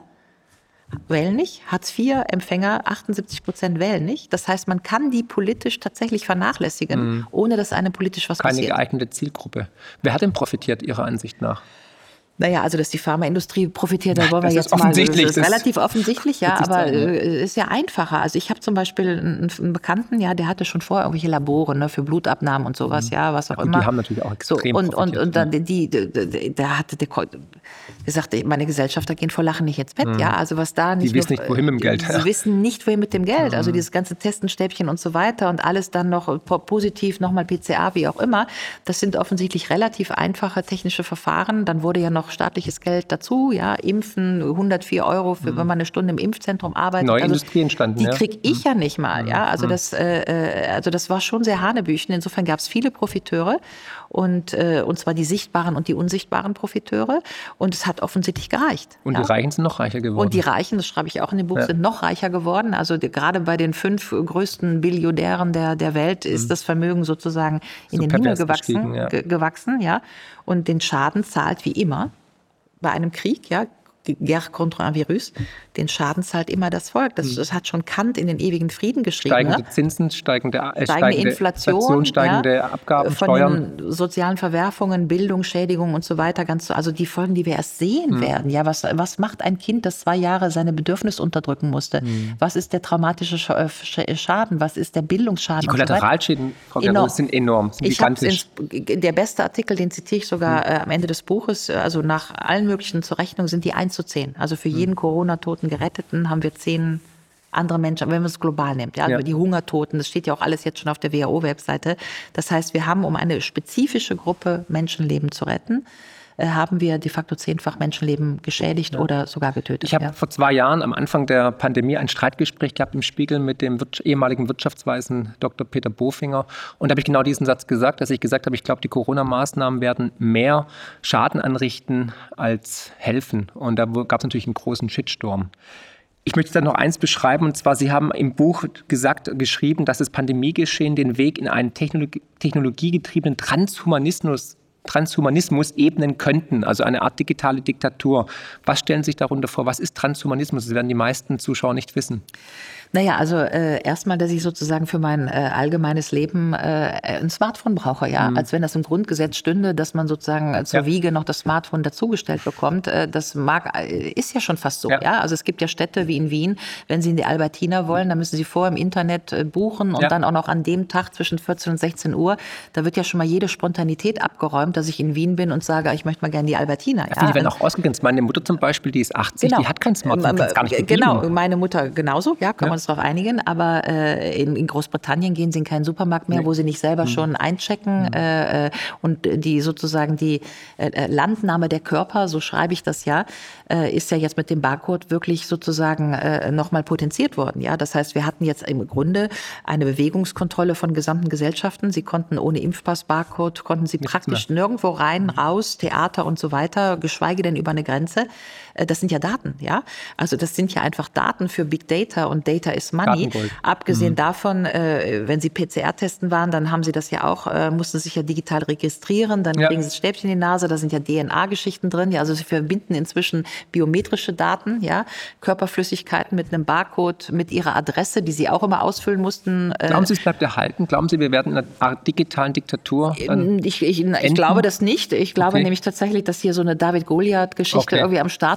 wählen nicht, Hartz-vier-Empfänger, achtundsiebzig Prozent wählen nicht. Das heißt, man kann die politisch tatsächlich vernachlässigen, mhm. ohne dass einem politisch was Keine passiert. Keine geeignete Zielgruppe. Wer hat denn profitiert, Ihrer Ansicht nach? Naja, also dass die Pharmaindustrie profitiert, da wollen wir das jetzt ist offensichtlich. mal, das ist das relativ offensichtlich, ja, aber sein, ja. äh, ist ja einfacher. Also ich habe zum Beispiel einen, einen Bekannten, ja, der hatte schon vorher irgendwelche Labore, ne, für Blutabnahmen und sowas, mhm. ja, was auch ja, immer. Die haben natürlich auch extrem so, und, profitiert. Und, und dann, die, die, die, der hatte der gesagt, meine Gesellschafter gehen vor Lachen nicht ins Bett, mhm. ja, also was da nicht. Die wissen nicht, wohin mit dem Geld. Sie wissen nicht, wohin mit dem Geld. Also dieses ganze Testenstäbchen und so weiter und alles dann noch positiv, nochmal P C A, wie auch immer. Das sind offensichtlich relativ einfache technische Verfahren. Dann wurde ja noch staatliches Geld dazu, ja, Impfen, hundertvier Euro, für, mhm. wenn man eine Stunde im Impfzentrum arbeitet. Neue also, Industrie entstanden, die ja. kriege ich ja nicht mal, ja. Also, mhm. das, äh, also das war schon sehr hanebüchen. Insofern gab es viele Profiteure und, äh, und zwar die sichtbaren und die unsichtbaren Profiteure und es hat offensichtlich gereicht. Und ja. die Reichen sind noch reicher geworden. Und die Reichen, das schreibe ich auch in dem Buch, ja. sind noch reicher geworden. Also die, gerade bei den fünf größten Billionären der, der Welt ist mhm. das Vermögen sozusagen in so den Himmel gewachsen, ja. Ge- gewachsen, ja. Und den Schaden zahlt wie immer bei einem Krieg, ja, Guerre contre un Virus, den Schaden zahlt immer das Volk. Das, das hat schon Kant in den ewigen Frieden geschrieben. Steigende ne? Zinsen, steigende, äh, steigende, steigende Inflation, Inflation, steigende ja, Abgaben, von Steuern. Den sozialen Verwerfungen, Bildung, Schädigung und so weiter. Ganz, also die Folgen, die wir erst sehen mhm. werden. Ja, was, was macht ein Kind, das zwei Jahre seine Bedürfnisse unterdrücken musste? Mhm. Was ist der traumatische Schaden? Was ist der Bildungsschaden? Die Kollateralschäden, Frau Gero, sind enorm, sind ich gigantisch. Ins, der beste Artikel, den zitiere ich sogar mhm. äh, am Ende des Buches, also nach allen möglichen zur Rechnung sind die eins zu zehn. Also für jeden Corona-Toten Geretteten haben wir zehn andere Menschen, wenn man es global nimmt, ja, ja. die Hungertoten, das steht ja auch alles jetzt schon auf der W H O-Webseite. Das heißt, wir haben, um eine spezifische Gruppe Menschenleben zu retten, äh, haben wir de facto zehnfach Menschenleben geschädigt ja. oder sogar getötet. Ich habe ja. vor zwei Jahren am Anfang der Pandemie ein Streitgespräch gehabt im Spiegel mit dem wir- ehemaligen Wirtschaftsweisen Doktor Peter Bofinger. Und da habe ich genau diesen Satz gesagt, dass ich gesagt habe, ich glaube, die Corona-Maßnahmen werden mehr Schaden anrichten als helfen. Und da gab es natürlich einen großen Shitstorm. Ich möchte dann noch eins beschreiben, und zwar, Sie haben im Buch gesagt, geschrieben, dass das Pandemiegeschehen den Weg in einen Technologie, technologiegetriebenen Transhumanismus Transhumanismus ebnen könnten, also eine Art digitale Diktatur. Was stellen Sie sich darunter vor? Was ist Transhumanismus? Das werden die meisten Zuschauer nicht wissen. Naja, also äh, erstmal, dass ich sozusagen für mein äh, allgemeines Leben äh, ein Smartphone brauche, ja, mhm. als wenn das im Grundgesetz stünde, dass man sozusagen äh, zur ja. Wiege noch das Smartphone dazugestellt bekommt. Äh, das mag, äh, ist ja schon fast so, ja. ja. Also es gibt ja Städte wie in Wien, wenn Sie in die Albertina wollen, dann müssen Sie vorher im Internet äh, buchen und ja. dann auch noch an dem Tag zwischen vierzehn und sechzehn Uhr. Da wird ja schon mal jede Spontanität abgeräumt, dass ich in Wien bin und sage, ich möchte mal gerne die Albertina. Ja, die werden auch ausgegrenzt. Meine Mutter zum Beispiel, die ist achtzig, genau. die hat kein Smartphone, kann es gar nicht bedienen. Genau, meine Mutter genauso, ja, können ja. wir uns darauf einigen. Aber äh, in, in Großbritannien gehen sie in keinen Supermarkt mehr, nee. wo sie nicht selber mhm. schon einchecken. Mhm. Äh, und die sozusagen die äh, Landnahme der Körper, so schreibe ich das ja, äh, ist ja jetzt mit dem Barcode wirklich sozusagen äh, nochmal potenziert worden. Ja, das heißt, wir hatten jetzt im Grunde eine Bewegungskontrolle von gesamten Gesellschaften. Sie konnten ohne Impfpass, Barcode, konnten sie Nichts praktisch mehr. nirgendwo rein, raus, Theater und so weiter, geschweige denn über eine Grenze. Das sind ja Daten, ja. Also das sind ja einfach Daten für Big Data und Data is Money. Abgesehen mhm. davon, äh, wenn Sie P C R-Testen waren, dann haben Sie das ja auch, äh, mussten sich ja digital registrieren, dann ja. kriegen Sie das Stäbchen in die Nase, da sind ja D N A-Geschichten drin. Ja, also Sie verbinden inzwischen biometrische Daten, ja, Körperflüssigkeiten mit einem Barcode, mit Ihrer Adresse, die Sie auch immer ausfüllen mussten. Äh, Glauben Sie, es bleibt erhalten? Glauben Sie, wir werden in einer Art digitalen Diktatur Ich, ich, ich glaube das nicht. Ich glaube okay. nämlich tatsächlich, dass hier so eine David-Goliath-Geschichte okay. irgendwie am Start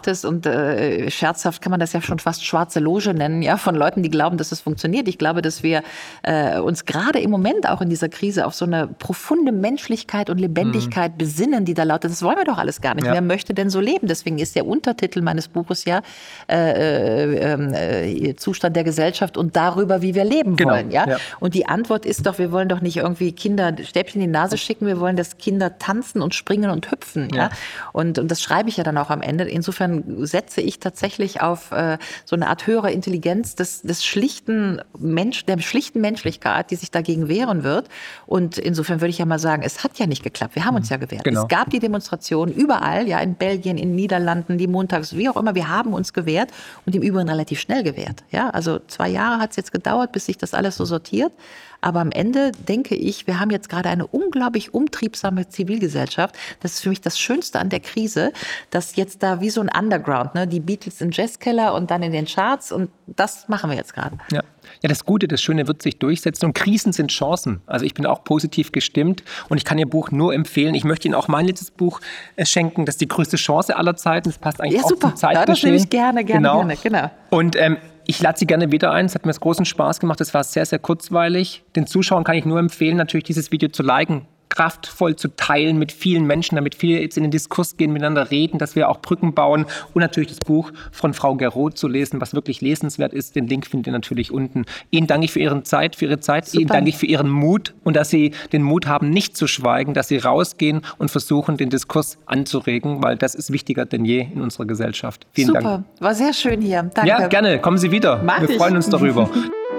es und äh, scherzhaft kann man das ja schon fast schwarze Loge nennen, ja, von Leuten, die glauben, dass es funktioniert. Ich glaube, dass wir äh, uns gerade im Moment auch in dieser Krise auf so eine profunde Menschlichkeit und Lebendigkeit mhm. besinnen, die da lautet. Das wollen wir doch alles gar nicht. Ja. Wer möchte denn so leben? Deswegen ist der Untertitel meines Buches ja äh, äh, äh, Zustand der Gesellschaft und darüber, wie wir leben genau. wollen. Ja? Ja. Und die Antwort ist doch, wir wollen doch nicht irgendwie Kinder Stäbchen in die Nase schicken, wir wollen, dass Kinder tanzen und springen und hüpfen. Ja? Ja? Und, und das schreibe ich ja dann auch am Ende. Insofern setze ich tatsächlich auf äh, so eine Art höhere Intelligenz des, des schlichten Mensch, der schlichten Menschlichkeit, die sich dagegen wehren wird. Und insofern würde ich ja mal sagen, es hat ja nicht geklappt. Wir haben uns ja gewehrt. Genau. Es gab die Demonstrationen überall, ja, in Belgien, in den Niederlanden, die montags, wie auch immer. Wir haben uns gewehrt und im Übrigen relativ schnell gewehrt. Ja, also zwei Jahre hat es jetzt gedauert, bis sich das alles so sortiert. Aber am Ende denke ich, wir haben jetzt gerade eine unglaublich umtriebsame Zivilgesellschaft. Das ist für mich das Schönste an der Krise, dass jetzt da wie so ein Underground, ne, die Beatles im Jazzkeller und dann in den Charts und das machen wir jetzt gerade. Ja. Ja, das Gute, das Schöne wird sich durchsetzen und Krisen sind Chancen. Also ich bin auch positiv gestimmt und ich kann Ihr Buch nur empfehlen. Ich möchte Ihnen auch mein letztes Buch schenken, das ist die größte Chance aller Zeiten. Das passt eigentlich ja, auch super. zum Zeitgeschehen. Ja, das nehme ich gerne, gerne, genau. gerne. Genau. Und ähm, ich lade Sie gerne wieder ein. Es hat mir großen Spaß gemacht. Es war sehr, sehr kurzweilig. Den Zuschauern kann ich nur empfehlen, natürlich dieses Video zu liken, kraftvoll zu teilen mit vielen Menschen, damit viele jetzt in den Diskurs gehen, miteinander reden, dass wir auch Brücken bauen und natürlich das Buch von Frau Guéraud zu lesen, was wirklich lesenswert ist. Den Link findet ihr natürlich unten. Ihnen danke ich für Ihre Zeit, für Ihre Zeit. Super. Ihnen danke ich für Ihren Mut und dass Sie den Mut haben, nicht zu schweigen, dass Sie rausgehen und versuchen, den Diskurs anzuregen, weil das ist wichtiger denn je in unserer Gesellschaft. Vielen Super. Dank. War sehr schön hier. Danke. Ja, gerne. Kommen Sie wieder. Mach wir ich. freuen uns darüber.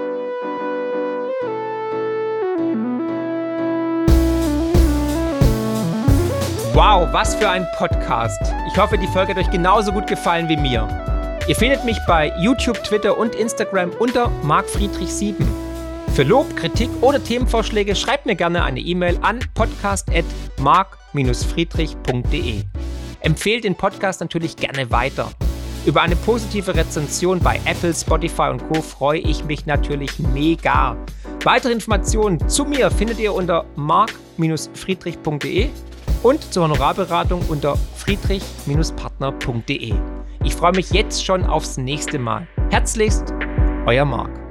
Wow, was für ein Podcast. Ich hoffe, die Folge hat euch genauso gut gefallen wie mir. Ihr findet mich bei YouTube, Twitter und Instagram unter Marc Friedrich sieben. Für Lob, Kritik oder Themenvorschläge schreibt mir gerne eine E-Mail an podcast at marc dash friedrich punkt de. Empfehlt den Podcast natürlich gerne weiter. Über eine positive Rezension bei Apple, Spotify und Co. freue ich mich natürlich mega. Weitere Informationen zu mir findet ihr unter marc dash friedrich punkt de und zur Honorarberatung unter friedrich dash partner punkt de. Ich freue mich jetzt schon aufs nächste Mal. Herzlichst, euer Marc.